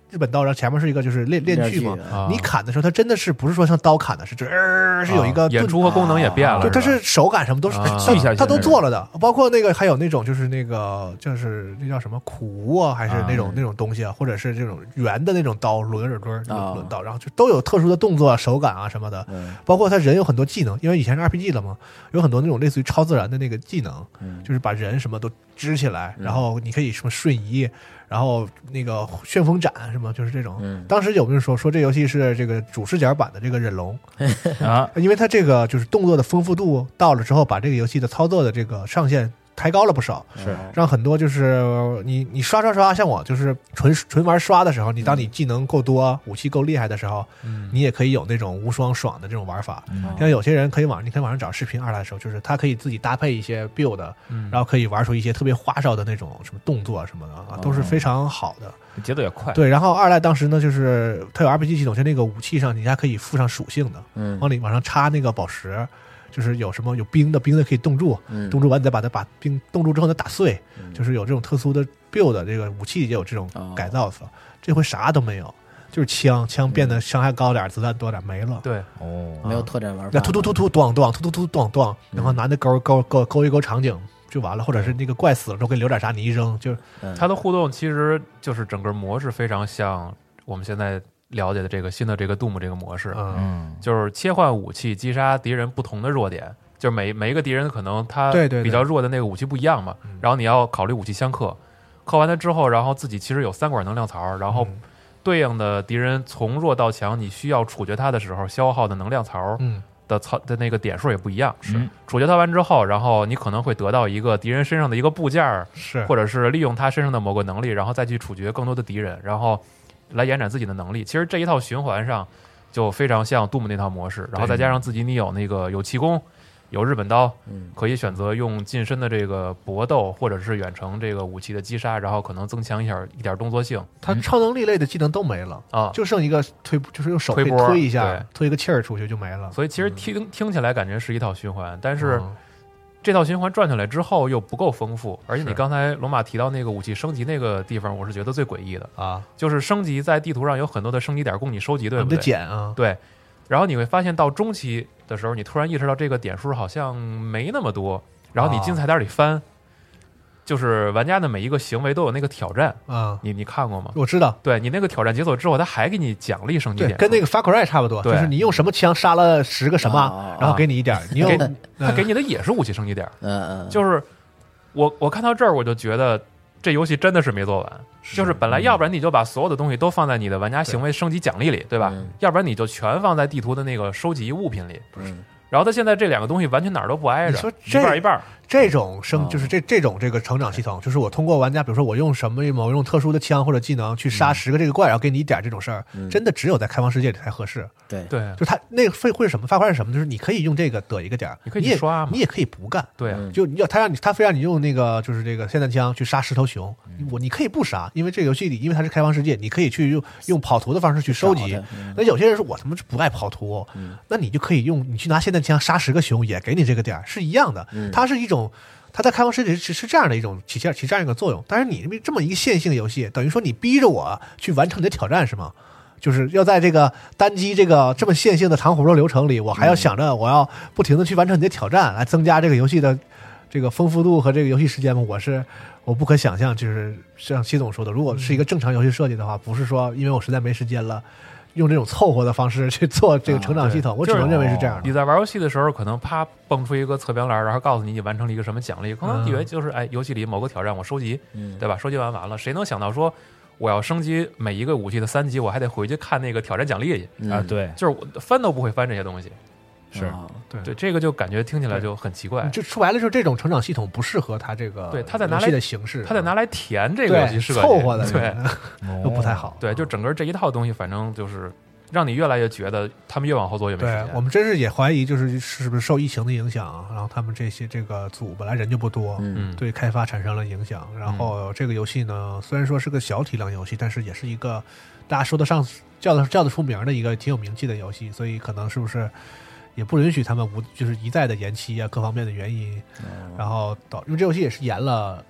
日本刀，然后前面是一个就是链锯嘛，你砍的时候它真的是不是说像刀砍的，是是有一个演出和功能也变了， 就它是手感什么都是它都做了的，包括那个还有那种就是那个就是那叫什么苦无啊，还是那种东西啊，或者是这种圆的那种刀轮耳墩轮刀，然后就都有特殊的动作手感啊什么的，包括他人有很多技能，因为以前是 RPG 了嘛，有很多那种类似于超自然的那个技能，就是把人什么都支起来，然后你可以什么瞬移，然后那个旋风斩什么，就是这种。当时有没有说这游戏是这个主视角版的这个忍龙啊？因为它这个就是动作的丰富度到了之后，把这个游戏的操作的这个上限抬高了不少， 是让很多就是你刷，像我就是纯玩刷的时候，当你技能够多，武器够厉害的时候，你也可以有那种无双爽的这种玩法。像有些人你可以网上找视频二来的时候，就是他可以自己搭配一些 build，然后可以玩出一些特别花哨的那种什么动作什么的啊，都是非常好的， 节奏也快。 对，然后二来当时呢，就是它有 RPG 系统，就那个武器上你还可以附上属性的，往上插那个宝石。就是有什么有冰的可以冻住，冻住完你再把冰冻住之后再打碎，就是有这种特殊的 build， 这个武器也有这种改造的。这回啥都没有，就是枪变得伤害高点，子弹多点，没了。 对， 没有拓展玩法。 那突咚，然后拿那勾一勾场景就完了，或者是那个怪死了之后给你留点啥，你一扔就。 它的互动其实就是整个模式非常像我们现在了解的这个新的这个 Doom 这个模式，就是切换武器击杀敌人不同的弱点，就是每一个敌人可能他比较弱的那个武器不一样嘛，然后你要考虑武器相克，克完它之后，然后自己其实有3管能量槽，然后对应的敌人从弱到强，你需要处决他的时候消耗的能量槽的那个点数也不一样，是处决他完之后，然后你可能会得到一个敌人身上的一个部件， 是或者是利用他身上的某个能力，然后再去处决更多的敌人，然后来延展自己的能力。其实这一套循环上就非常像 Doom 那套模式，然后再加上自己你有那个有气功，有日本刀，可以选择用近身的这个搏斗，或者是远程这个武器的击杀，然后可能增强一点动作性。 他超能力类的技能都没了啊，就剩一个就是用手可以推一下，推一个气儿出去就没了。 所以其实听起来感觉是一套循环，但是这套循环转起来之后又不够丰富，而且你刚才龙马提到那个武器升级那个地方，我是觉得最诡异的啊，就是升级在地图上有很多的升级点供你收集，对不对？ 你得捡啊， 对。然后你会发现到中期的时候，你突然意识到这个点数好像没那么多，然后你进菜单里翻，就是玩家的每一个行为都有那个挑战啊，你看过吗？ 我知道， 对，你那个挑战解锁之后，他还给你奖励升级点， 跟那个 Far Cry 差不多，就是你用什么枪杀了10个什么，然后给你一点，你他给你的也是武器升级点，就是我看到这儿我就觉得这游戏真的是没做完。就是本来要不然你就把所有的东西都放在你的玩家行为升级奖励里，对吧？要不然你就全放在地图的那个收集物品里。然后他现在这2个东西完全哪儿都不挨着， 你说一半一半。 这种就是这种这个成长系统，就是我通过玩家，比如说我用某用特殊的枪或者技能去杀10个这个怪，然后给你一点这种事儿，真的只有在开放世界里才合适。 对， 就他那个会是什么？发块是什么？就是你可以用这个得一个点， 你可以刷嘛， 你也可以不干。 对， 就他非让你用那个就是这个霰弹枪去杀10头熊，你可以不杀，因为这个游戏里因为它是开放世界，你可以去用跑图的方式去收集。那有些人说我他妈不爱跑图，那你就可以你去拿霰弹枪杀10个熊，也给你这个点，是一样的。它是一种。它在开放世界是这样的一种起这样一个作用，但是你这么一个线性游戏，等于说你逼着我去完成你的挑战是吗？就是要在这个单机这么线性的长火肉流程里，我还要想着我要不停的去完成你的挑战，来增加这个游戏的这个丰富度和这个游戏时间吗？我不可想象，就是像西总说的，如果是一个正常游戏设计的话，不是说因为我实在没时间了。用这种凑合的方式去做这个成长系统，我只能认为是这样的。 你在玩游戏的时候，可能啪蹦出一个侧标栏，然后告诉你完成了一个什么奖励，可能以为就是游戏里某个挑战我收集，对吧？收集完了，谁能想到说我要升级每一个武器的3级，我还得回去看那个挑战奖励去啊？对， 就是我翻都不会翻这些东西。 是对，这个就感觉听起来就很奇怪。 就说白了，就是这种成长系统不适合它这个对，它在拿来游戏的形式， 它在拿来填这个游戏是个凑合的， 对， 都不太好。 对，就整个这一套东西，反正就是让你越来越觉得他们越往后做越没时间。 对，我们真是也怀疑，就是是不是受疫情的影响，然后他们这个组本来人就不多，对开发产生了影响。然后这个游戏呢，虽然说是个小体量游戏，但是也是一个大家说得上叫得出名的一个挺有名气的游戏，所以可能是不是也不允许他们就是一再的延期啊，各方面的原因，然后因为这游戏也是延了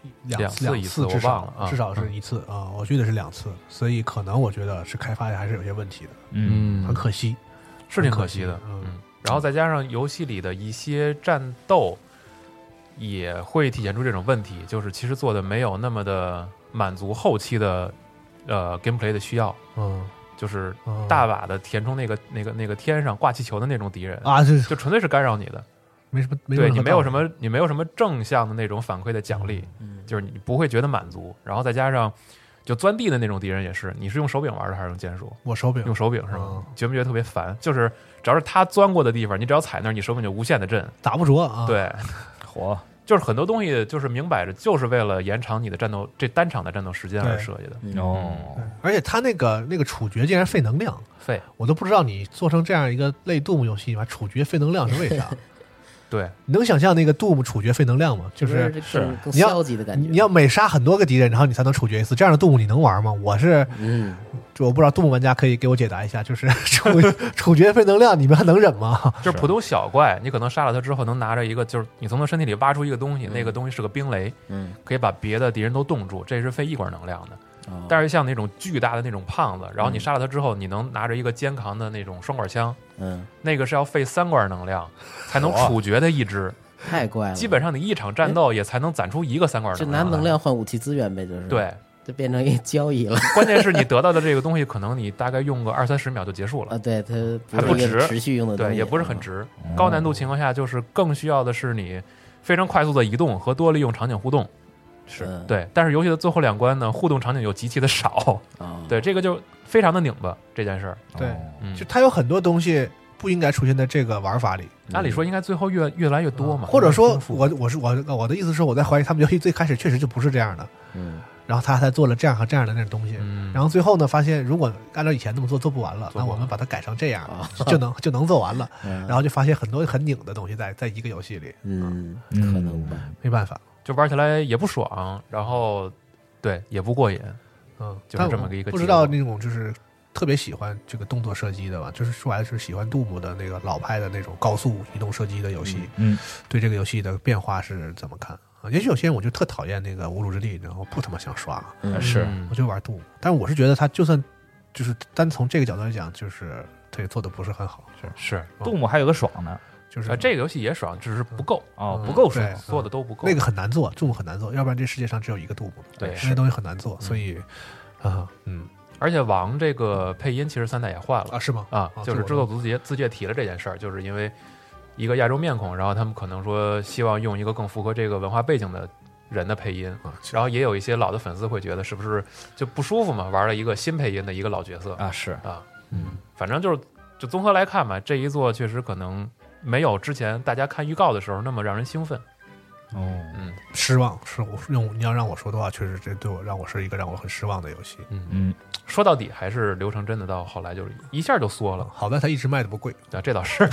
两次至少是一次啊，我记得是2次，所以可能我觉得是开发的还是有些问题的，很可惜， 是挺可惜的，然后再加上游戏里的一些战斗也会体现出这种问题，就是其实做的没有那么的满足后期的gameplay 的需要，就是大把的填充那个天上挂气球的那种敌人啊， 就纯粹是干扰你的。 没什么， 对你没有什么正向的那种反馈的奖励，就是你不会觉得满足。然后再加上就钻地的那种敌人也是，你是用手柄玩的还是用键鼠？ 我手柄， 用手柄是吗？觉不觉得特别烦？就是只要是他钻过的地方，你只要踩那儿，你手柄就无限的震， 打不着啊。 对，就是很多东西就是明摆着就是为了延长你的战斗这单场的战斗时间而设计的。 而且他那个处决竟然费能量，我都不知道你做成这样一个类Doom游戏，处决费能量是为啥？ 对， 你能想象那个Doom处决费能量吗？就是更消极的感觉。 你要每杀很多个敌人，然后你才能处决一次，这样的Doom你能玩吗？我不知道Doom玩家可以给我解答一下，就是处决费能量，你们还能忍吗？ 就是普通小怪，你可能杀了他之后，能拿着一个，就是你从他身体里挖出一个东西，那个东西是个冰雷，可以把别的敌人都冻住，这是费1管能量的。但是像那种巨大的那种胖子，然后你杀了他之后，你能拿着一个肩扛的那种双管枪，那个是要费3管能量才能处决的一只， 太怪了。 基本上你一场战斗也才能攒出一个3管能量， 就拿能量换武器资源呗，就是对， 就变成一个交易了。 关键是你得到的这个东西，可能你大概用个20-30秒就结束了啊，对，它还不值， 持续用的东西， 对，也不是很值。高难度情况下，就是更需要的是你非常快速的移动和多利用场景互动。是对，但是游戏的最后2关呢，互动场景又极其的少，对，这个就非常的拧巴这件事儿。 对，就它有很多东西不应该出现在这个玩法里， 按理说应该最后越来越多嘛。 或者说，我的意思是，我在怀疑他们游戏最开始确实就不是这样的，然后他才做了这样和这样的那种东西，然后最后呢，发现如果按照以前那么做不完了，那我们把它改成这样，就能做完了，然后就发现很多很拧的东西在一个游戏里， 可能吧， 没办法。 就玩起来也不爽，然后对也不过瘾，就是这么一个。 不知道那种就是特别喜欢这个动作射击的吧，就是说来是喜欢Doom的那个老派的那种高速移动射击的游戏，对这个游戏的变化是怎么看啊？也许有些人我就特讨厌那个无主之地，然后不他妈想刷，我就玩Doom，但是我是觉得他就算就是单从这个角度来讲，就是他也做的不是很好， 是 Doom还有个爽呢。 就是这个游戏也爽，只是不够不够爽， 做的都不够。 那个很难做，Doom很难做，要不然这世界上只有一个Doom。 对， 那东西很难做，所以而且王这个配音其实3代也换了啊？是吗？ 就是制作组自己也提了这件事儿，就是因为一个亚洲面孔，然后他们可能说希望用一个更符合这个文化背景的人的配音，然后也有一些老的粉丝会觉得是不是就不舒服嘛？玩了一个新配音的一个老角色啊，是啊，反正就综合来看吧，这一座确实可能没有之前大家看预告的时候那么让人兴奋。 失望是你要让我说的话，确实这对我让我是一个让我很失望的游戏。 说到底还是刘承真的，到后来就是一下就缩了。 好在他一直卖的不贵啊，这倒是。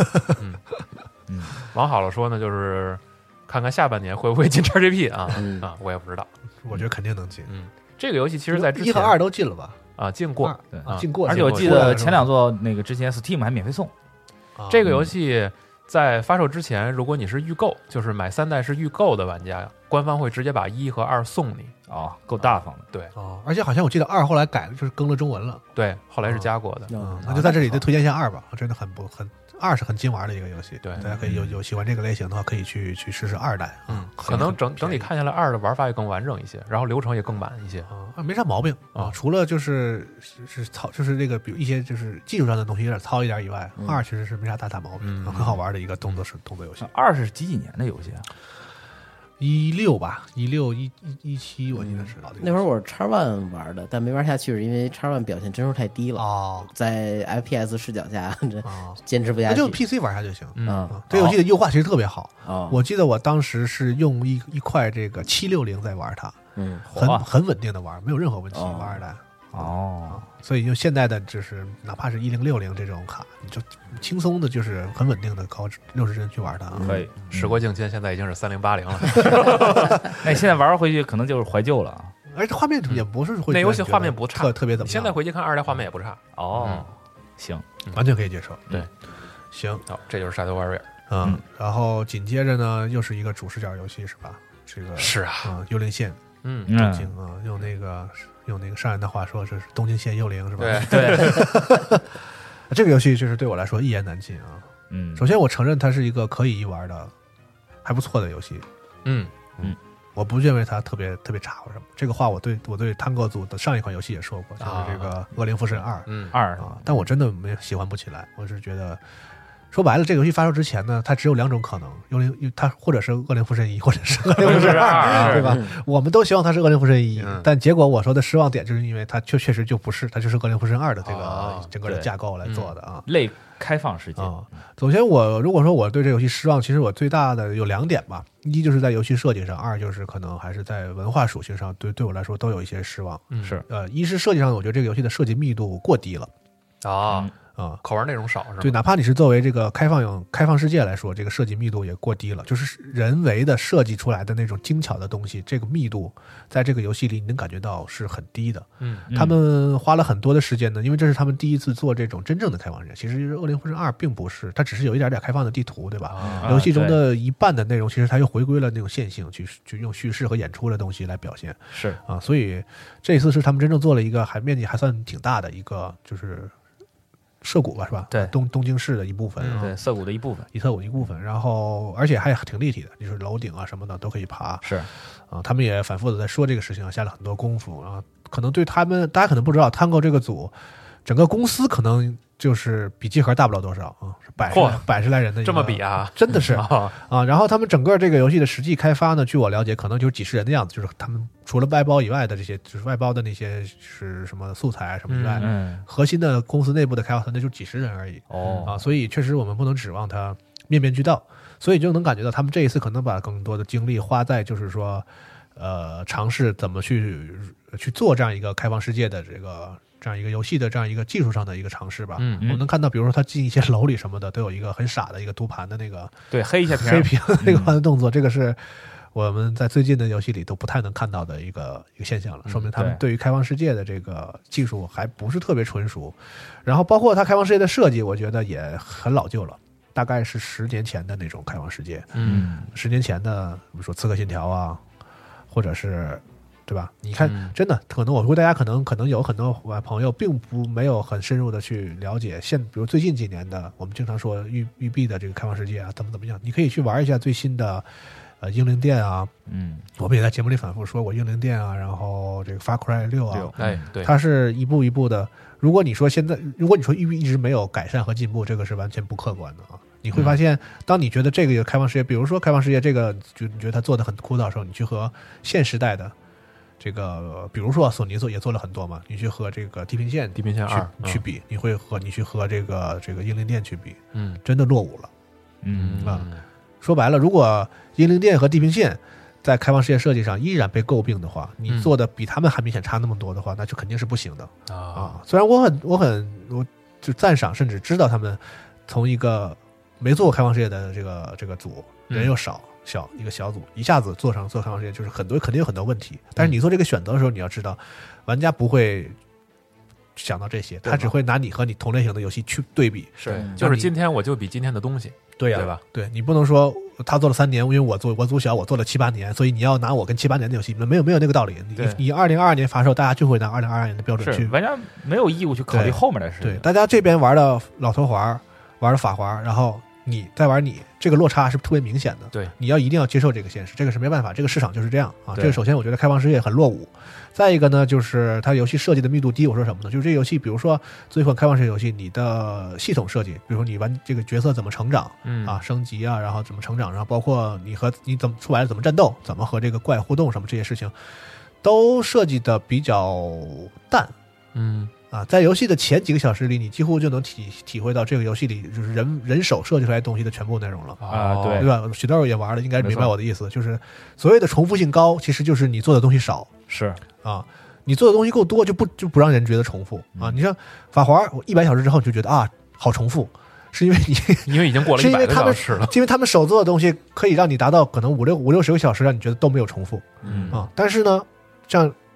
往好了说呢，就是看看下半年会不会进 XGP 啊我也不知道， 我觉得肯定能进。 这个游戏其实在之前 1和2都进了吧？ 啊，进过， 对， 进过。 而且我记得前2座那个之前 Steam 还免费送。 这个游戏在发售之前，如果你是预购，就是买3代是预购的玩家，官方会直接把1和2送你够大方的。 对而且好像我记得2后来改了，就是更了中文了。 对，后来是加过的。 那就在这里再推荐一下2吧，真的2是很经玩的一个游戏。 对， 大家可以有喜欢这个类型的话，可以去试试2代。 可能整体看下来2的玩法也更完整一些，然后流程也更满一些没啥毛病除了就是糙，就是这个比如一些就是技术上的东西有点糙一点以外，2其实是没啥大毛病，很好玩的一个动作游戏。 2是几年的游戏啊 ？16吧，16、17，我记得是。 那会儿我是X1玩的，但没玩下去，是因为X1表现帧数太低了在 FPS 视角下坚持不下去。 那就 PC 玩下就行。这游戏的优化其实特别好。我记得我当时是用一块这个760在玩它，很稳定的玩，没有任何问题。玩2代。所以用现在的就是哪怕是1060这种卡，你就轻松的就是很稳定的高60帧去玩它。 可以。 时过境迁，现在已经是3080了。 现在玩回去可能就是怀旧了。 而且画面也不是会， 那游戏画面不差， 特别怎么样？ 现在回去看2代画面也不差。 行， 完全可以接受。 对， 行， 这就是 Shadow Warrior。 然后紧接着呢，又是一个主视角游戏是吧？ 这个是啊， 幽灵线，东京啊，用那个上人的话说，这是东京县幽灵是吧？ 对， 这个游戏就是对我来说一言难尽啊。首先我承认它是一个可以一玩的还不错的游戏。我不认为它特别差或什么。这个话我对Tango组的上一款游戏也说过，就是这个恶灵附身2啊，但我真的没喜欢不起来。我是觉得说白了，这个游戏发售之前呢，它只有2种可能，它或者是恶灵附身1，或者是恶灵附身2，对吧？我们都希望它是恶灵附身1，但结果我说的失望点就是因为它确实就不是，它就是恶灵附身2的这个整个的架构来做的啊， 类开放世界啊。首先如果说我对这游戏失望，其实我最大的有2点吧，一就是在游戏设计上，2就是可能还是在文化属性上，对我来说都有一些失望。 是一是设计上，我觉得这个游戏的设计密度过低了口玩内容少是吧？ 对，哪怕你是作为这个开放世界来说，这个设计密度也过低了，就是人为的设计出来的那种精巧的东西，这个密度在这个游戏里你能感觉到是很低的。他们花了很多的时间呢，因为这是他们第一次做这种真正的开放世界。其实恶灵附身2并不是，它只是有一点开放的地图，对吧？游戏中的一半的内容其实它又回归了那种线性，去用叙事和演出的东西来表现。 是啊， 所以这一次是他们真正做了一个面积还算挺大的一个就是涩谷吧，是吧？ 对， 东京市的一部分， 对，涩谷的一部分， 然后而且还挺立体的，就是楼顶啊什么的都可以爬。 是啊，他们也反复的在说这个事情，下了很多功夫啊。可能对他们，大家可能不知道，Tango这个组，整个公司可能就是比集合大不了多少啊，是百十来人的一个， 这么比啊， 真的是啊。然后他们整个这个游戏的实际开发呢，据我了解，可能就是几十人的样子，就是他们除了外包以外的这些，就是外包的那些是什么素材什么以外，核心的公司内部的开发团队就几十人而已。所以确实我们不能指望他面面俱到，所以就能感觉到他们这一次可能把更多的精力花在就是说，尝试怎么去做这样一个开放世界的这样一个游戏的这样一个技术上的一个尝试吧。我们能看到，比如说他进一些楼里什么的，都有一个很傻的一个读盘的那个对黑屏那个动作，这个是我们在最近的游戏里都不太能看到的一个现象了，说明他们对于开放世界的这个技术还不是特别纯熟。然后包括它开放世界的设计，我觉得也很老旧了，大概是10年前的那种开放世界。10年前的，比如说《刺客信条》啊，或者是。对吧？你看，真的可能我估计大家可能有很多朋友并没有很深入的去了解比如最近几年的，我们经常说育碧的这个开放世界啊，怎么样？你可以去玩一下最新的英灵殿啊，我们也在节目里反复说过英灵殿啊，然后这个 Far Cry 6啊， 对， 它是一步一步的。如果你说育碧一直没有改善和进步，这个是完全不客观的啊。你会发现，当你觉得这个开放世界，比如说开放世界这个，你觉得它做的很枯燥的时候，你去和现时代的。这个比如说索尼也做了很多嘛，你去和这个地平线2去比，你去和这个英灵殿去比，真的落伍了。说白了，如果英灵殿和地平线在开放世界设计上依然被诟病的话，你做的比他们还明显差那么多的话，那就肯定是不行的啊。虽然我就赞赏，甚至知道他们从一个没做过开放世界的这个组人又少。一个小组一下子做开放世界，就是肯定有很多问题。但是你做这个选择的时候，你要知道，玩家不会想到这些，他只会拿你和你同类型的游戏去对比。 是，就是今天我就比今天的东西， 对吧？ 对，你不能说他做了3年，因为我组小，我做了7、8年，所以你要拿我跟7、8年的游戏，没有那个道理。你2022年发售，大家就会拿2022年的标准去， 玩家没有义务去考虑后面的事。 对，大家这边玩的老头环，玩的法环，然后。你在玩这个落差是特别明显的， 对， 你要一定要接受这个现实，这个是没办法，这个市场就是这样啊。这个首先我觉得开放世界很落伍，再一个呢就是它游戏设计的密度低。我说什么呢？就是这个游戏，比如说做一款开放世界游戏，你的系统设计，比如说你玩这个角色怎么成长，升级啊，然后怎么成长，然后包括你怎么出来怎么战斗，怎么和这个怪互动什么这些事情，都设计的比较淡，在游戏的前几个小时里，你几乎就能体会到这个游戏里就是人手设计出来东西的全部内容了啊，对吧？许豆也玩了，应该明白我的意思，就是所谓的重复性高，其实就是你做的东西少， 是啊，你做的东西够多，就不让人觉得重复啊。你像法环，我100小时之后你就觉得好重复，是因为因为已经过了100个小时了， 因为他们手做的东西可以让你达到可能50-60个小时，让你觉得都没有重复，但是呢，像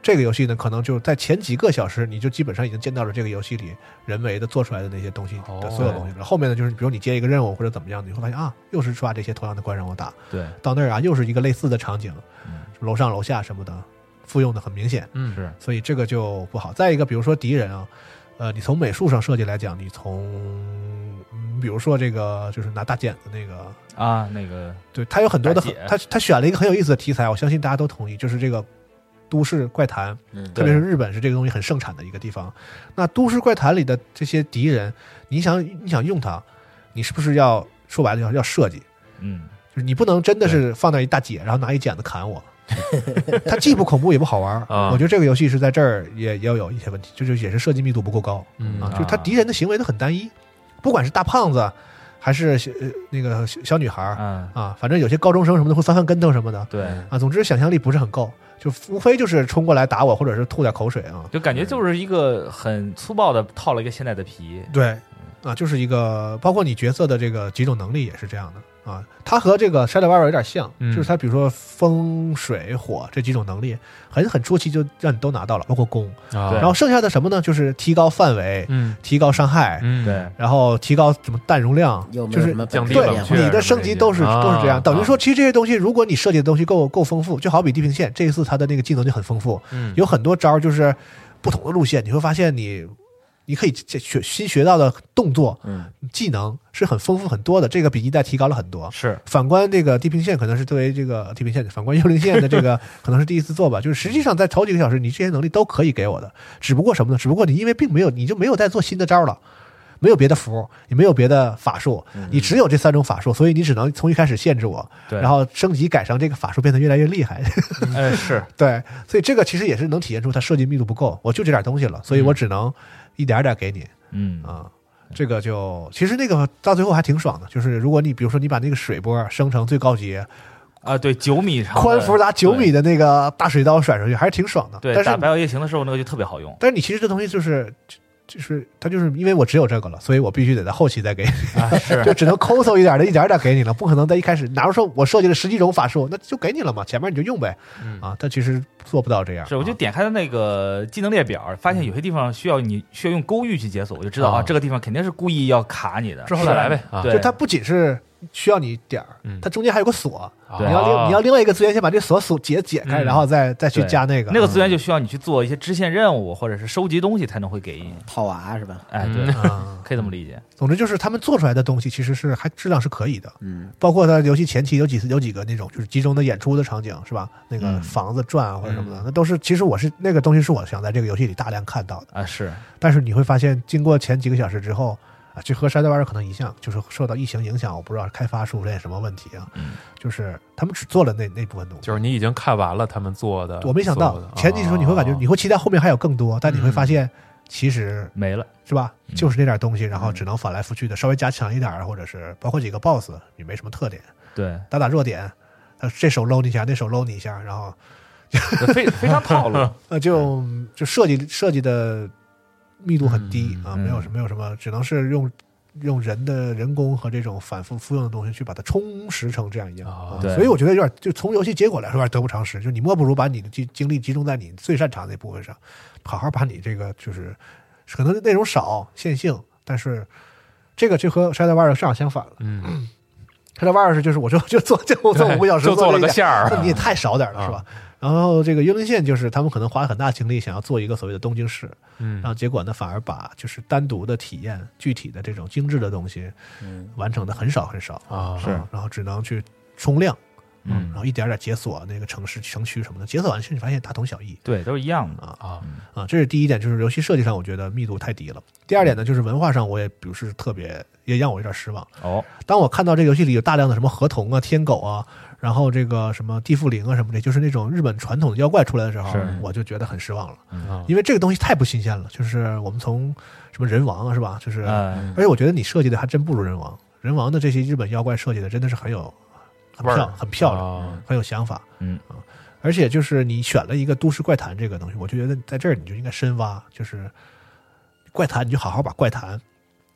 这个游戏呢，可能就在前几个小时，你就基本上已经见到了这个游戏里人为的做出来的那些东西的所有东西了。后面呢，就是比如你接一个任务或者怎么样，你会发现啊，又是刷这些同样的关让我打。 对， 到那儿啊，又是一个类似的场景，楼上楼下什么的，复用的很明显。 是， 所以这个就不好。再一个，比如说敌人啊，你从美术上设计来讲，你从比如说这个就是拿大剪子那个啊，那个对，他有很多的他选了一个很有意思的题材，我相信大家都同意，就是这个。都市怪谈，特别是日本是这个东西很盛产的一个地方。那都市怪谈里的这些敌人，你想用它，你是不是要说白了要设计？就是你不能真的是放那一大姐，然后拿一剪子砍我。它既不恐怖也不好玩。我觉得这个游戏是在这儿也要有一些问题，就是也是设计密度不够高。就是他敌人的行为都很单一，不管是大胖子。还是那个小女孩反正有些高中生什么的会翻跟头什么的， 对总之想象力不是很够，就无非就是冲过来打我，或者是吐点口水啊， 就感觉就是一个很粗暴的套了一个现代的皮， 对就是一个包括你角色的这个几种能力也是这样的。它和这个 Shadowrun 有点像，就是它比如说风水火这几种能力很初期就让你都拿到了，包括弓然后剩下的什么呢，就是提高范围提高伤害对， 然后提高什么弹容量，就是降低对你的升级都是这样，等于说其实这些东西如果你设计的东西够丰富，就好比地平线这一次它的那个技能就很丰富，有很多招就是不同的路线，你会发现你可以新学到的动作技能是很丰富很多的，这个比一代提高了很多。 是反观这个地平线可能是作为这个地平线，反观幽灵线的这个可能是第一次做吧，就是实际上在头几个小时你这些能力都可以给我的，只不过什么呢，只不过你因为并没有你就没有再做新的招了，没有别的符，也没有别的法术，你只有这3种法术，所以你只能从一开始限制我，然后升级改成这个法术变得越来越厉害。 是对，所以这个其实也是能体现出它设计密度不够，我就这点东西了，所以我只能一点点给你。这个就其实那个到最后还挺爽的，就是如果你比如说你把那个水波升成最高级对9米长宽幅达9米的那个大水刀甩出去还是挺爽的。 对， 但是打白鸟夜行的时候那个就特别好用。 但是你其实这东西就是它就是因为我只有这个了，所以我必须得在后期再给你是就只能抠搜一点的一点点给你了，不可能在一开始哪如说我设计了10几种法术，那就给你了嘛，前面你就用呗但其实做不到这样。 是，我就点开的那个技能列表，发现有些地方需要用勾玉去解锁，我就知道这个地方肯定是故意要卡你的， 之后再来呗。 就它不仅是需要你点它中间还有个锁， 对， 你要另外一个资源先把这锁解开，然后再去加那个。 那个资源就需要你去做一些支线任务或者是收集东西才能会给你套娃是吧？ 对，可以这么理解。 总之就是他们做出来的东西其实是还质量是可以的，包括它游戏前期有几个那种就是集中的演出的场景是吧？那个房子转或者什么的，那都是其实我是那个东西是我想在这个游戏里大量看到的是。 但是你会发现，经过前几个小时之后。就和Shadowrun可能一样，就是受到疫情影响，我不知道开发出现什么问题就是他们只做了那部分东西。 就是你已经看完了他们做的， 我没想到前几时候你会感觉你会期待后面还有更多，但你会发现其实没了， 是吧？就是那点东西，然后只能反来覆去的，稍微加强一点，或者是包括几个 BOSS 也没什么特点， 对， 打弱点，这手搂你一下，那手搂你一下，然后非常套路， 就设计的。密度很低没有什么，只能是用人工和这种反复复用的东西去把它充实成这样一样所以我觉得有点就从游戏结果来说有点得不偿失，就你莫不如把你的精力集中在你最擅长的那部分上，好好把你这个就是可能内容少线性，但是这个就和 Shadowrun 正好相反了。Shadowrun 是就是我说就做5个小时就做了个线儿， 你也太少点了是吧？然后这个幽灵线就是他们可能花很大精力想要做一个所谓的东京市，然后结果呢反而把就是单独的体验具体的这种精致的东西完成的很少是， 然后只能去冲量然后一点点解锁那个城市城区什么的，解锁完你发现大同小异， 对，都是一样的这是第一点，就是游戏设计上我觉得密度太低了。第二点呢，就是文化上我也不是特别，也让我有点失望当我看到这个游戏里有大量的什么河童啊、天狗啊，然后这个什么地缚灵啊什么的，就是那种日本传统的妖怪出来的时候，我就觉得很失望了因为这个东西太不新鲜了。就是我们从什么人王啊是吧，就是而且我觉得你设计的还真不如人王的这些日本妖怪设计的真的是很漂亮很有想法而且就是你选了一个都市怪谈这个东西，我就觉得在这儿你就应该深挖，就是怪谈你就好好把怪谈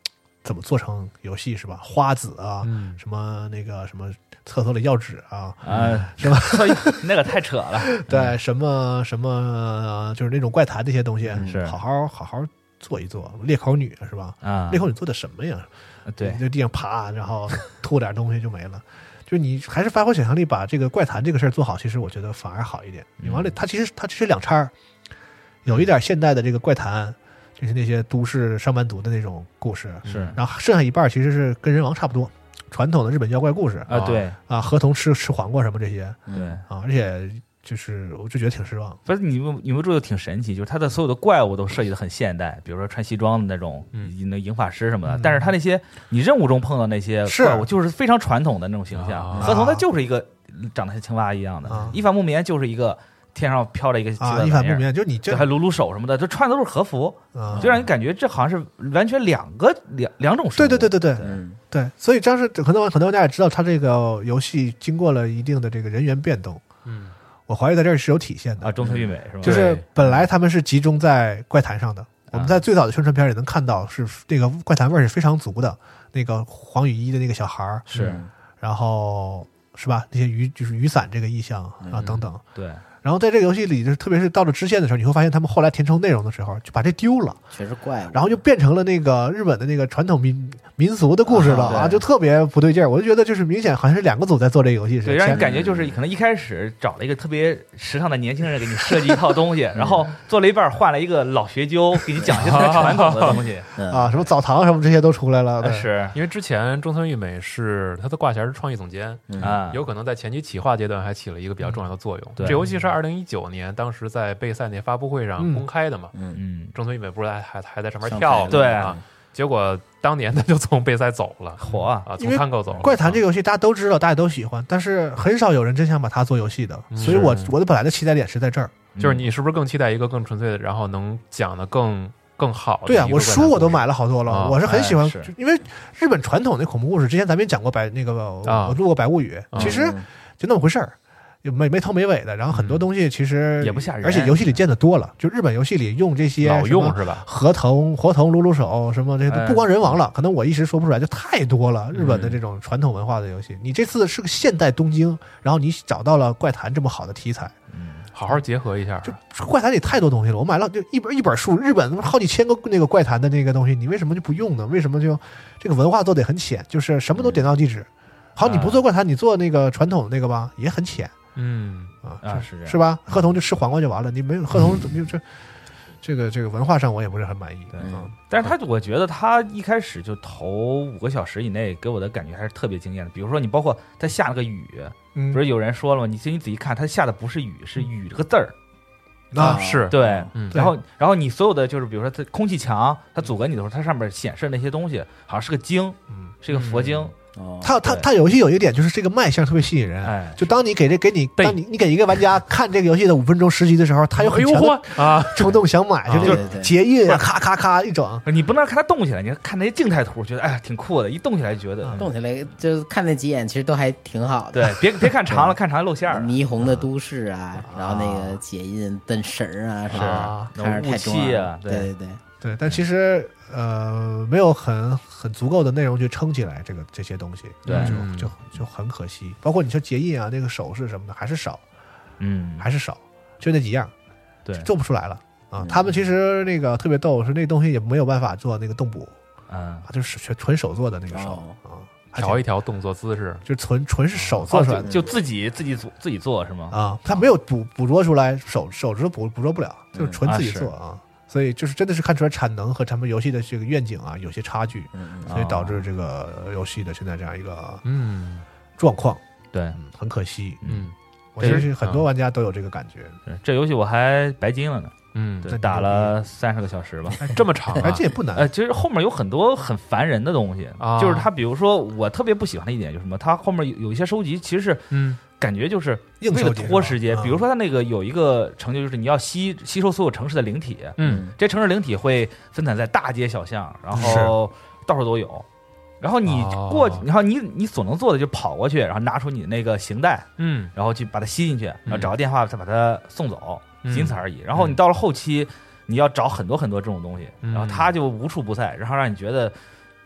怎么做成游戏是吧？花子啊，什么那个什么厕所里要纸啊，是吧？ 那个太扯了。 对，什么什么就是那种怪谈这些东西， 是好好做一做。裂口女是吧？裂口女做的什么呀？ 对， 就地上爬，然后吐点东西就没了。就是你还是发挥想象力，把这个怪谈这个事儿做好，其实我觉得反而好一点。你往里，它其实两掺，有一点现代的这个怪谈，就是那些都市上班族的那种故事， 是， 然后剩下一半其实是跟人王差不多，传统的日本妖怪故事啊，对啊，河童吃黄瓜什么这些， 对啊，而且就是我就觉得挺失望。 不是你们注意挺神奇，就是他的所有的怪物都设计的很现代，比如说穿西装的那种，那银发师什么的。但是他那些你任务中碰到那些怪物，就是非常传统的那种形象。河童他就是一个长得像青蛙一样的，一反木棉就是一个天上飘着一个一反木棉，就你这还撸手什么的，就穿的都是和服，就让你感觉这好像是完全两种生物。 对，所以当时很多玩家也知道，他这个游戏经过了一定的这个人员变动。我怀疑在这儿是有体现的啊，中村裕美是吧？ 就是本来他们是集中在怪谈上的，我们在最早的宣传片也能看到，是那个怪谈味是非常足的。那个黄雨衣的那个小孩是， 然后是吧？那些就是雨伞这个意象啊等等， 对。 然后在这个游戏里，特别是到了支线的时候，你会发现他们后来填充内容的时候，就把这丢了， 全是怪物， 然后就变成了那个日本的那个传统民俗的故事了啊，就特别不对劲儿。我就觉得就是明显好像是两个组在做这个游戏， 对，让人感觉就是可能一开始找了一个特别时尚的年轻人给你设计一套东西，然后做了一半换了一个老学究给你讲一些特别传统的东西啊，什么澡堂什么这些都出来了。 是因为之前中村裕美是他的挂衔是创意总监啊， 有可能在前期企划阶段还起了一个比较重要的作用。 对， 这游戏是2019年当时在贝塞那发布会上公开的嘛，中村裕美不是还在上面跳了， 对啊，结果当年他就从贝塞走了， 火啊， 从看购走了。 怪谈这个游戏大家都知道，大家都喜欢，但是很少有人真想把它做游戏的，所以我的本来的期待点是在这儿， 就是你是不是更期待一个更纯粹的，然后能讲的更好的？ 对啊，我书我都买了好多了，我是很喜欢，因为日本传统的恐怖故事，之前咱们也讲过我录过《白物语》，其实就那么回事儿。没头没尾的，然后很多东西其实也不吓人， 而且游戏里见的多了。就日本游戏里用这些老用是吧？ 活童、撸手什么这些，不光人王了，可能我一时说不出来，就太多了。日本的这种传统文化的游戏，你这次是个现代东京，然后你找到了怪谈这么好的题材， 好好结合一下。 就怪谈里太多东西了，我买了就一本书，日本好几千个那个怪谈的那个东西，你为什么就不用呢？为什么就这个文化做得很浅，就是什么都点到即止？好，你不做怪谈，你做那个传统的那个吧，也很浅。是吧？河童就吃黄瓜就完了，你没有河童，你这个文化上我也不是很满意。 但是我觉得他一开始就头5个小时以内给我的感觉还是特别惊艳的。比如说你包括他下了个雨，不是有人说了吗？你仔细看，他下的不是雨，是雨这个字儿啊， 是对。然后你所有的就是比如说它空气墙，它阻隔你的时候，它上面显示那些东西好像是个经，是一个佛经。 它游戏有一个点就是这个卖相特别吸引人，就当你给你给一个玩家看这个游戏的5分钟10集的时候，他有很强的冲动想买，就是结印咔咔咔一整。 你不能看它动起来，你看那些静态图，觉得哎挺酷的，一动起来就觉得动起来就看那几眼，其实都还挺好的。对，别看长了，看长露馅儿。 霓虹的都市啊，然后那个结印灯绳啊，是吧？看着太重啊， 对，但其实没有很足够的内容去撑起来这些东西， 对， 就很可惜。包括你说结印啊，那个手势什么的还是少，还是少，就那几样， 对， 做不出来了啊。他们其实那个特别逗，是那东西也没有办法做那个动捕，就是纯手做的那个手啊， 调一调动作姿势， 就纯是手做出来的， 就自己做是吗？ 啊，他没有捕捉出来，手指捕捉不了，就是纯自己做啊。所以就是真的是看出来产能和他们游戏的这个愿景啊有些差距，所以导致这个游戏的现在这样一个状况， 对， 很可惜。我相信很多玩家都有这个感觉。 这游戏我还白金了呢，对，打了30个小时吧， 这么长啊？ 这也不难。 其实后面有很多很烦人的东西，就是他比如说我特别不喜欢的一点就是什么，他后面有一些收集其实是感觉就是为了拖时间，比如说它那个有一个成就，就是你要吸收所有城市的灵体，这城市灵体会分散在大街小巷，然后到处都有。然后你然后你所能做的就跑过去，然后拿出你那个形带，然后去把它吸进去，然后找个电话再把它送走，仅此而已。然后你到了后期，你要找很多很多这种东西，然后它就无处不在，然后让你觉得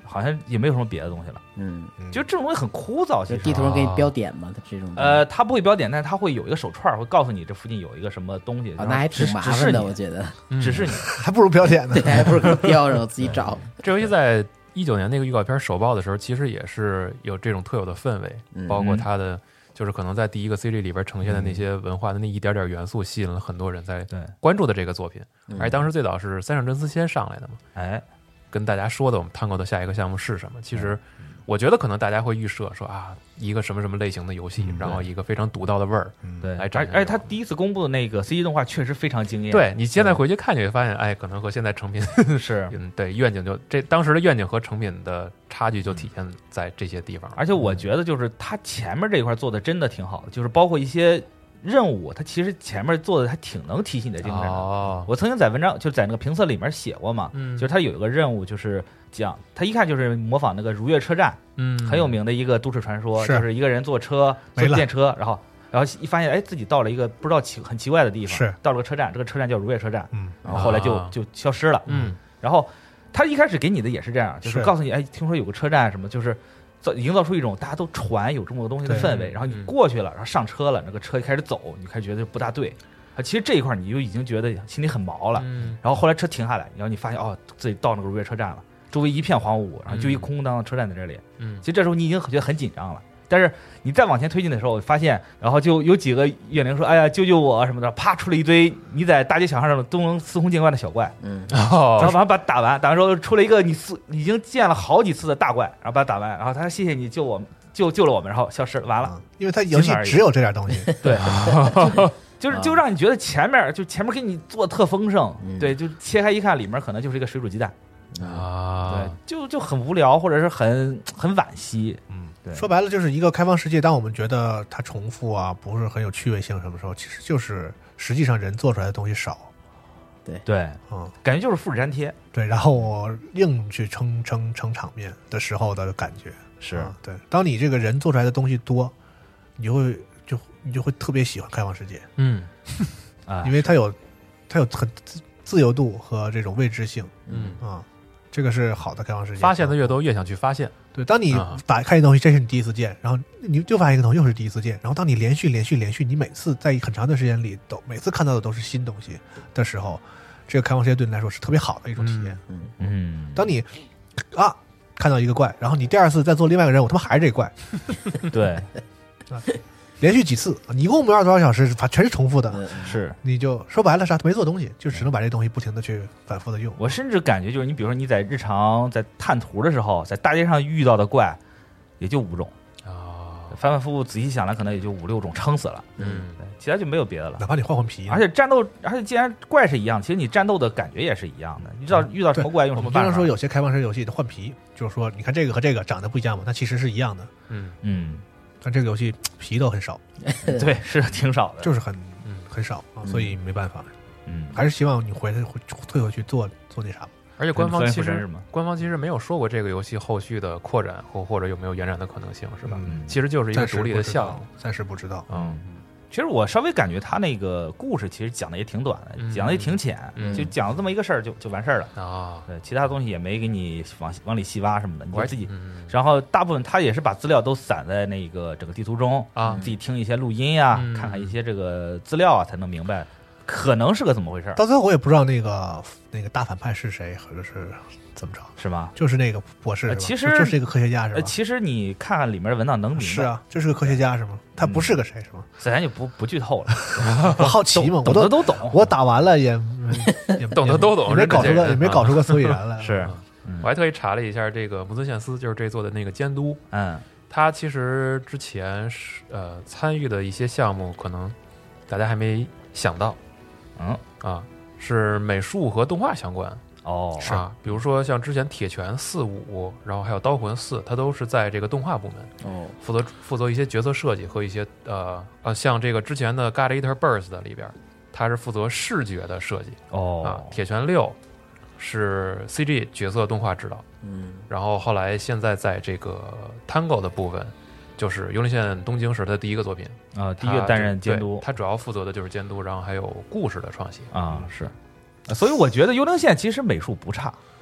好像也没有什么别的东西了。就这种东西很枯燥。其实地图上给你标点嘛，它这种它不会标点，但是它会有一个手串，会告诉你这附近有一个什么东西。 那还挺麻烦的，我觉得。 只是你， 还不如标点呢， 对，还不如标，然后自己找。 这游戏在19年那个预告片首曝的时候，其实也是有这种特有的氛围，包括它的就是可能在第一个 CG 里边呈现的那些文化的那一点点元素，吸引了很多人在关注的这个作品。而当时最早是三上真司先上来的嘛，跟大家说的我们Tango的下一个项目是什么。其实我觉得可能大家会预设说啊，一个什么什么类型的游戏，然后一个非常独到的味儿， 对，而且他第一次公布的那个 CG 动画确实非常惊艳。 对，你现在回去看，你会发现，哎，可能和现在成品是对愿景当时的愿景和成品的差距就体现在这些地方。 而且我觉得就是他前面这一块做的真的挺好的，就是包括一些任务，他其实前面做的还挺能提醒你的精神的。我曾经在文章就在那个评测里面写过嘛，就是他有一个任务就是讲，他一看就是模仿那个如月车站，很有名的一个都市传说，就是一个人坐电车，然后一发现，哎，自己到了一个不知道很奇怪的地方，到了个车站，这个车站叫如月车站，然后后来就消失了，然后他一开始给你的也是这样，就是告诉你，哎，听说有个车站什么，就是营造出一种大家都传有这么个东西的氛围，然后你过去了，然后上车了，那个车一开始走，你开始觉得不大对。其实这一块你就已经觉得心里很毛了，然后后来车停下来，然后你发现哦，自己到那个如月车站了，周围一片荒芜，然后就一空空荡荡车站在这里。其实这时候你已经觉得很紧张了，但是你再往前推进的时候，发现，然后就有几个怨灵说：“哎呀，救救我什么的！”啪，出了一堆你在大街小巷上都能司空见惯的小怪，然后把它打完之后出了一个你已经见了好几次的大怪，然后把它打完，然后他说：“谢谢你救我们，救了我们。”然后消失了，完了， 因为他游戏只有这点东西， 对。就让你觉得前面给你做特丰盛，对，就切开一看，里面可能就是一个水煮鸡蛋啊，对，就很无聊，或者是很惋惜，对。 说白了就是一个开放世界，当我们觉得它重复啊，不是很有趣味性什么时候，其实就是实际上人做出来的东西少， 对，感觉就是复制粘贴， 对，然后我硬去撑场面的时候的感觉是， 对。当你这个人做出来的东西多，你就会特别喜欢开放世界，因为它有很自由度和这种未知性，这个是好的开放世界。 发现的越多，越想去发现。 对，当你打开一东西，这是你第一次见，然后你就发现一个东西又是第一次见，然后当你连续，你每次在很长的时间里每次看到的都是新东西的时候，这个开放世界对你来说是特别好的一种体验。当你看到一个怪，然后你第二次再做另外一个任务，他妈还是这个怪， 对。 连续几次，你一共没20多小时，全是重复的， 是， 你就说白了啥没做东西，就只能把这东西不停的去反复的用。 我甚至感觉就是你比如说你在日常在探图的时候，在大街上遇到的怪也就5种反复复仔细想来可能也就5、6种，撑死了，其他就没有别的了。 哪怕你换皮， 而且既然怪是一样，其实你战斗的感觉也是一样的。你知道遇到什么怪用什么办法。 我们经常说有些开放式游戏的换皮，就是说你看这个和这个长得不一样嘛，它其实是一样的。但这个游戏皮都很少， 对，是挺少的， 就是很少所以没办法。还是希望你退回去做那啥。 而且官方其实没有说过这个游戏后续的扩展或者有没有延展的可能性，是吧？其实就是一个独立的项目， 暂时不知道。 其实我稍微感觉他那个故事其实讲的也挺短的，讲的也挺浅，就讲了这么一个事儿就完事儿了啊。对，其他东西也没给你往里细挖什么的，你就自己。然后大部分他也是把资料都散在那个整个地图中啊，自己听一些录音呀，看看一些这个资料啊，才能明白可能是个怎么回事。 到最后我也不知道那个大反派是谁，或者是怎么着， 是吗？ 就是那个博士， 其实就是一个科学家，是吧？ 其实你看看里面的文档能明白。 是啊，这是个科学家，是吗？他不是个谁，是吗？ 咱就不剧透了。 我好奇嘛， 懂的都懂。 我打完了也懂的都懂， 也没搞出个所以然来。 是， 我还特意查了一下这个姆兹宪斯，就是这做的那个监督，他其实之前是参与的一些项目，可能大家还没想到，是美术和动画相关。是啊，比如说像之前铁拳4、5，然后还有刀魂4，它都是在这个动画部门负责一些角色设计和一些像这个之前的 God Eater Burst 里边，它是负责视觉的设计铁拳6是 CG 角色动画指导，然后后来现在在这个 Tango 的部分，就是幽灵线东京是他的第一个作品第一个担任监督， 他主要负责的就是监督，然后还有故事的创新是。所以我觉得幽灵线其实美术不差，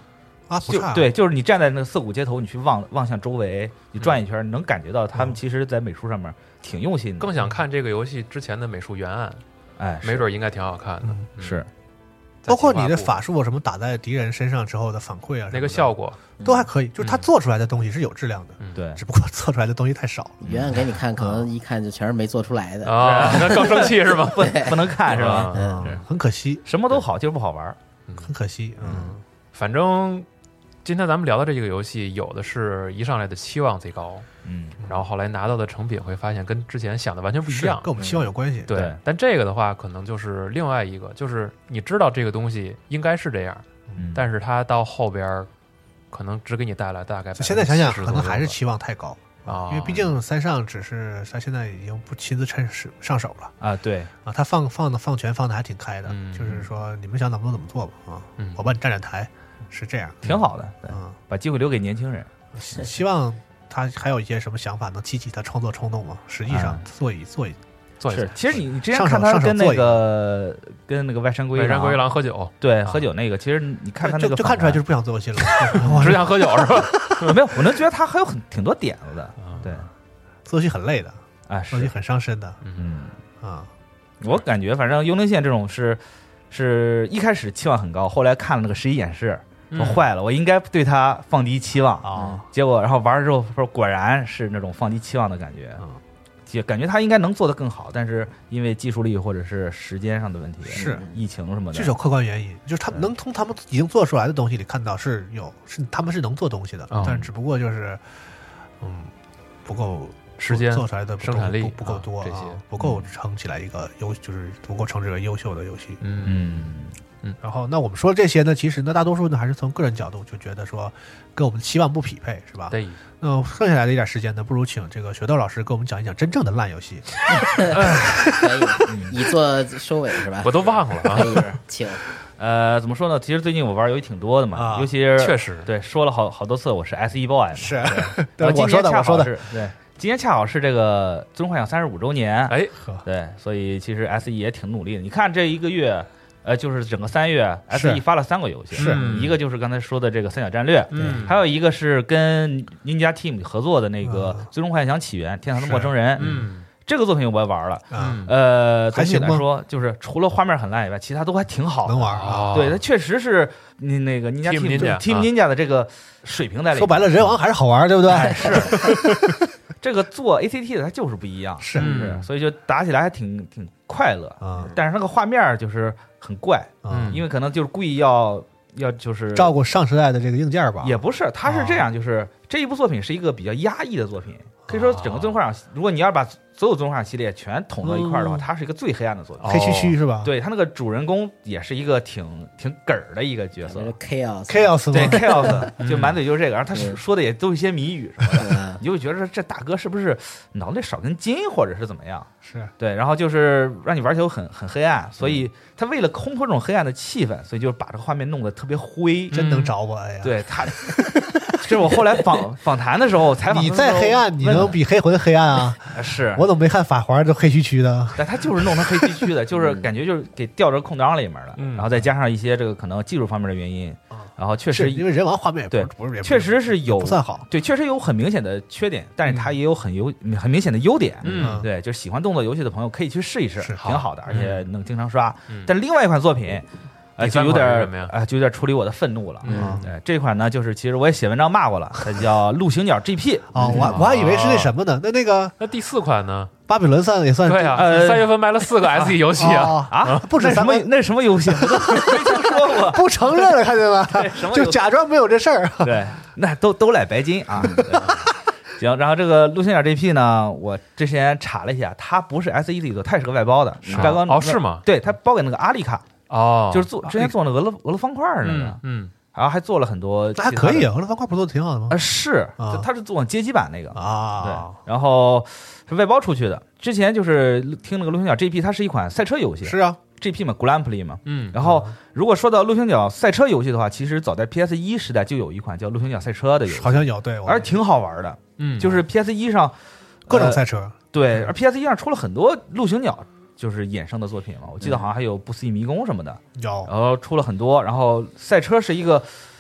啊，不差。 对，就是你站在那个涩谷街头，你去望向周围，你转一圈，你能感觉到他们其实在美术上面挺用心的。 更想看这个游戏之前的美术原案， 哎， 没准应该挺好看的。 是。 包括你的法术什么打在敌人身上之后的反馈啊， 那个效果都还可以，就是他做出来的东西是有质量的， 对， 只不过做出来的东西太少了。 原案给你看，可能一看就全是没做出来的啊，那更生气是吗？ 不能看是吧？ 很可惜， 什么都好，就是不好玩， 很可惜。 反正今天咱们聊的这个游戏，有的是一上来的期望贼高，然后后来拿到的成品会发现跟之前想的完全不一样， 跟我们期望有关系。 对，但这个的话，可能就是另外一个，就是你知道这个东西应该是这样，但是它到后边可能只给你带来大概现在想想，可能还是期望太高啊，因为毕竟三上只是他现在已经不亲自上手了啊，对啊，他放权放的还挺开的，就是说你们想怎么做吧啊，我帮你站台。是这样， 挺好的，把机会留给年轻人。 希望他还有一些什么想法能激起他创作冲动嘛？实际上做一是，其实你之前看他跟那个外山龟一郎喝酒， 对，喝酒那个，其实你看他那个就看出来就是不想做游戏了， 我只想喝酒是吧？ 没有，我能觉得他还有挺多点子的，对， 做游戏很累的， 做游戏很伤身的， 我感觉反正幽灵线这种是一开始期望很高，后来看了那个实际演示。说坏了，我应该对他放低期望啊，结果然后玩了之后，说果然是那种放低期望的感觉啊，感觉他应该能做得更好，但是因为技术力或者是时间上的问题， 是疫情什么的， 这是有客观原因，就是他们能从他们已经做出来的东西里看到是他们是能做东西的，但是只不过就是不够时间做出来的生产力不够多， 这些不够撑起来一个就是不够撑这个优秀的游戏。然后那我们说这些呢，其实呢大多数呢还是从个人角度就觉得说跟我们期望不匹配，是吧？ 对。 那剩下来的一点时间呢，不如请这个雪豆老师给我们讲一讲真正的烂游戏。 可以以做收尾是吧？ 我都忘了啊。 可以，请。 怎么说呢？其实最近我玩游戏挺多的嘛，尤其是确实对说了好多次，我是 SE boy 是。 对， 我说的对。今年恰好是这个《最终幻想》35周年， 哎， 对，所以其实 SE 也挺努力的。你看这一个月。就是整个3月 SE 发了3个游戏，一个就是刚才说的这个三角战略，还有一个是跟 Ninja Team 合作的那个《最终幻想起源：天堂的陌生人》，这个作品我也玩了，总体来说就是除了画面很烂以外，其他都还挺好的， 能玩对，它确实是那个 Ninja Team Ninja 的这个水平在里面。 说白了，人王还是好玩，对不对？ 是。这个做 ACT 的它就是不一样， 是， 所以就打起来还挺快乐，但是那个画面就是很怪，因为可能就是故意要就是照顾上时代的这个硬件吧， 也不是，它是这样，就是这一部作品是一个比较压抑的作品，可以说整个最终幻想，如果你要把所有最终幻想系列全统到一块的话，它是一个最黑暗的作品， 黑黢黢是吧？ 对，它那个主人公也是一个挺梗儿的一个角色 ，chaos 对 chaos 就满嘴就是这个，然后他说的也都是一些谜语什么的，你就会觉得这大哥是不是脑袋少根筋或者是怎么样？ 是对， 然后就是让你玩起来很黑暗，所以他为了烘托这种黑暗的气氛，所以就把这个画面弄得特别灰， 真能找我呀！ 对他。这是我后来访谈的时候采访， 你再黑暗，你能比黑魂黑暗啊？ 是我怎么没看法环就黑黢黢的？ 但他就是弄成黑黢黢的，就是感觉就是给吊着空档里面的，然后再加上一些这个可能技术方面的原因，然后确实因为人王画面也不是确实是有不算好， 对，确实有很明显的缺点，但是它也有很明显的优点，对，就是喜欢动作游戏的朋友可以去试一试，挺好的，而且能经常刷。但另外一款作品。就有点处理我的愤怒了。这款呢，就是其实我也写文章骂过了，它叫陆行鸟 GP 啊，我还以为是那什么呢？ 那第4款呢？ 巴比伦算也算对啊，3月份卖了4个 SE 游戏啊， 不止那什么游戏，我都没听说过， 不承认了，看见吗？就假装没有这事儿。 对，那都赖白金啊。行，然后这个陆行鸟 GP 呢，我之前查了一下，它不是 SE 里头，它也是个外包的，外包是吗？ 对，它包给那个阿丽卡。就是之前做那俄罗方块那个，然后还做了很多， 那还可以，俄罗方块不做的挺好的吗？ 是，他是做街机版那个对，然后是外包出去的。之前就是听那个陆行鸟 GP， 它是一款赛车游戏， 是啊 ，GP 嘛 ，Grand Prix 嘛，然后如果说到陆行鸟赛车游戏的话，其实早在 PS1 时代就有一款叫陆行鸟赛车的游戏， 好像有，对， 而挺好玩的，就是 PS1 上各种赛车， 对，而 PS1 上出了很多陆行鸟。就是衍生的作品嘛，我记得好像还有不思议迷宫什么的， 有， 然后出了很多，然后赛车是一个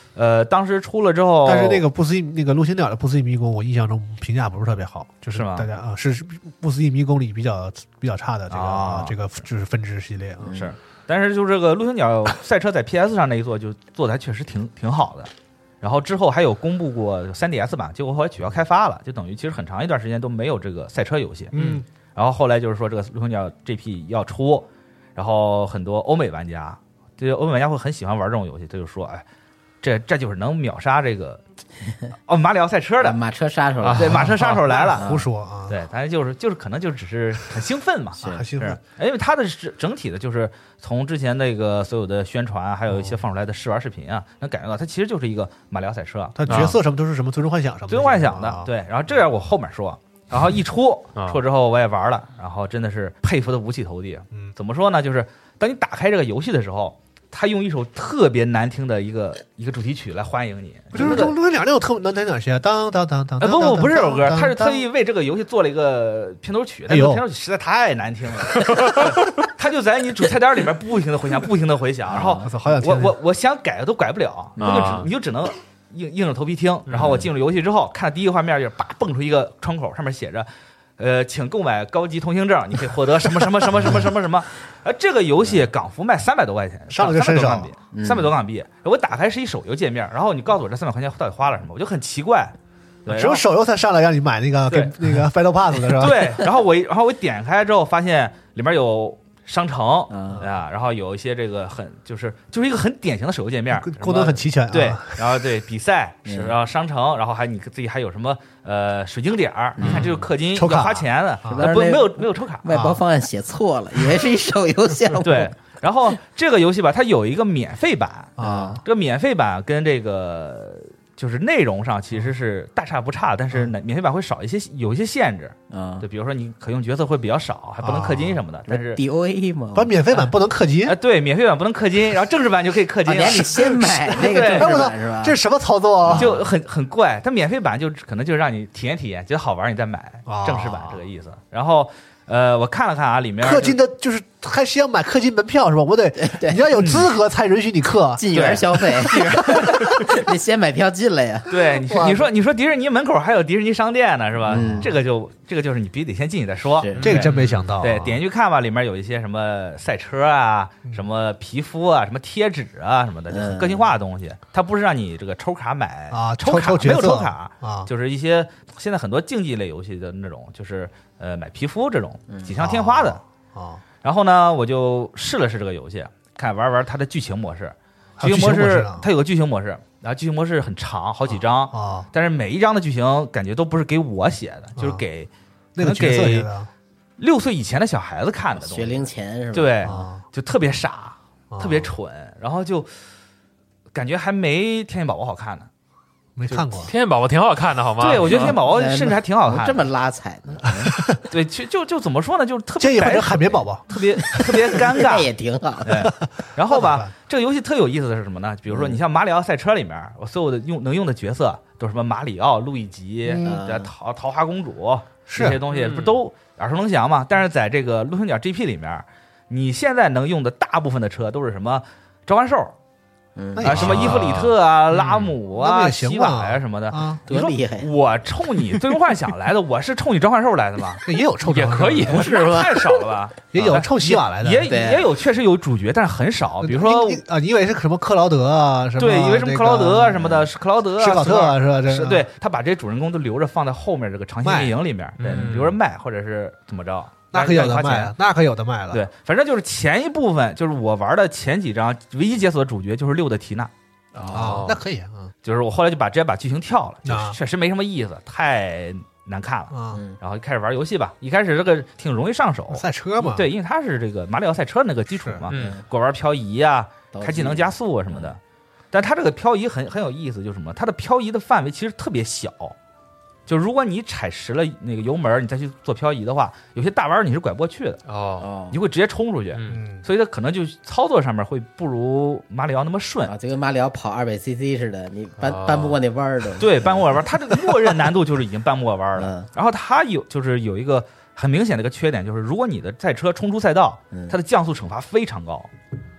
当时出了之后， 但是那个陆行鸟的不思议迷宫，我印象中评价不是特别好，就是吗？ 大家啊，是不思议迷宫里比较差的这个就是分支系列啊， 是。但是就是这个陆行鸟赛车在 PS 上那一座就做的还确实挺好的。然后之后还有公布过 3DS 版，结果后来取消开发了，就等于其实很长一段时间都没有这个赛车游戏。然后后来就是说这个陆行鸟 GP 要出，然后很多欧美玩家，这欧美玩家会很喜欢玩这种游戏，他就说，哎，这就是能秒杀这个马里奥赛车的马车杀手， 对，马车杀手来了， 胡说啊！ 对，但是就是可能就只是很兴奋嘛， 很兴奋， 因为它的整体的就是从之前那个所有的宣传，还有一些放出来的试玩视频啊，能感觉到它其实就是一个马里奥赛车， 它角色什么都是什么最终幻想什么， 最终幻想的，对。然后这样我后面说，然后一出之后我也玩了，然后真的是佩服的五体投地。怎么说呢？就是当你打开这个游戏的时候。他用一首特别难听的一个主题曲来欢迎你， 不就是陆行鸟那种特难听哪些？当， 不是这首歌，他是特意为这个游戏做了一个片头曲，但是片头曲实在太难听了，他就在你主菜单里面不停的回响，然后我想改都改不了，你就只能硬着头皮听。然后我进入游戏之后，看第一个画面就是蹦出一个窗口，上面写着。请购买高级通行证，你可以获得什么。这个游戏港服卖300多块钱， 上了个身上 ，300多港币。我打开是一手游界面，然后你告诉我这300块钱到底花了什么，我就很奇怪。 只有手游才上来让你买那个Battle Pass 的是吧？ 对，然后我点开之后发现里面有。商城然后有一些这个就是一个很典型的手游界面， 功能很齐全。 对，然后对比赛，然后商城，然后你自己还有什么水晶点儿，你看这个氪金要花钱的，没有抽卡， 外包方案写错了，以为是一手游项目。 对，然后这个游戏吧，它有一个免费版这个免费版跟这个。就是内容上其实是大差不差，但是免费版会有一些限制就比如说你可用角色会比较少，还不能氪金什么的。但是 DOA 嘛， 把免费版不能氪金对，免费版不能氪金，然后正式版就可以氪金。 你先买那个正式版是吧？ 这是什么操作啊？ 就很怪，它免费版就可能就让你体验，觉得好玩你再买正式版这个意思。然后我看了看啊，里面氪金的就是还是要买氪金门票是吧？我得你要有资格才允许你氪进园消费，你先买票进来呀。 对，你说迪士尼门口还有迪士尼商店呢是吧？这个就是你必须得先进去再说。 这个真没想到。 对，点进去看吧，里面有一些什么赛车啊、什么皮肤啊、什么贴纸啊什么的，就是个性化的东西。它不是让你这个抽卡买抽卡没有抽卡就是一些现在很多竞技类游戏的那种，就是买皮肤这种锦上添花的然后呢，我就试了试这个游戏，看玩它的剧情模式。剧情模式它有个剧情模式，然后剧情模式很长，好几章但是每一章的剧情感觉都不是给我写的，就是给那个角色写的 6岁以前的小孩子看的东西。 学龄前是吧？ 对就特别傻特别蠢，然后就感觉还没天线宝宝好看呢。 没看过， 天线宝宝挺好看的，好吗？ 对，我觉得天线宝宝甚至还挺好看， 这么拉踩呢？ 对，就怎么说呢？就是特别这也反正海绵宝宝， 特别尴尬， 也挺好的。 然后吧，这个游戏特有意思的是什么呢？比如说，你像马里奥赛车里面，我所有的能用的角色都是什么马里奥、路易吉、桃花公主这些东西，不都耳熟能详嘛？但是在这个陆行鸟 GP 里面，你现在能用的大部分的车都是什么召唤兽。什么伊芙里特啊、拉姆啊、希瓦呀什么的， 多厉害！ 我冲你最终幻想来的，我是冲你召唤兽来的吗？ 也有冲也可以，不是吧？太少了吧？ 也有冲希瓦来的， 也有，确实有主角，但是很少。比如说你以为是什么克劳德啊？什么对，以为什么克劳德啊什么的，是克劳德、 史考特啊，是吧？ 是对他把这些主人公都留着放在后面这个长期运营里面，对，留着卖或者是怎么着。 那可有的卖了，那可有的卖了。 对，反正就是前一部分，就是我玩的前几章，唯一解锁的主角就是6的缇娜。 那可以就是我后来就直接把剧情跳了，就确实没什么意思，太难看了然后就开始玩游戏吧。一开始这个挺容易上手， 赛车嘛， 对，因为它是这个马里奥赛车那个基础嘛，给我玩漂移啊、开技能加速啊什么的。但它这个漂移很有意思，就是什么？它的漂移的范围其实特别小。就如果你踩实了那个油门，你再去做漂移的话，有些大弯你是拐不过去的你会直接冲出去所以它可能就操作上面会不如马里奥那么顺就跟马里奥跑200cc 似的，你搬不过那弯的。 对，搬不过弯，它这个默认难度就是已经搬不过弯了然后它就是有一个很明显的一个缺点，就是如果你的赛车冲出赛道它的降速惩罚非常高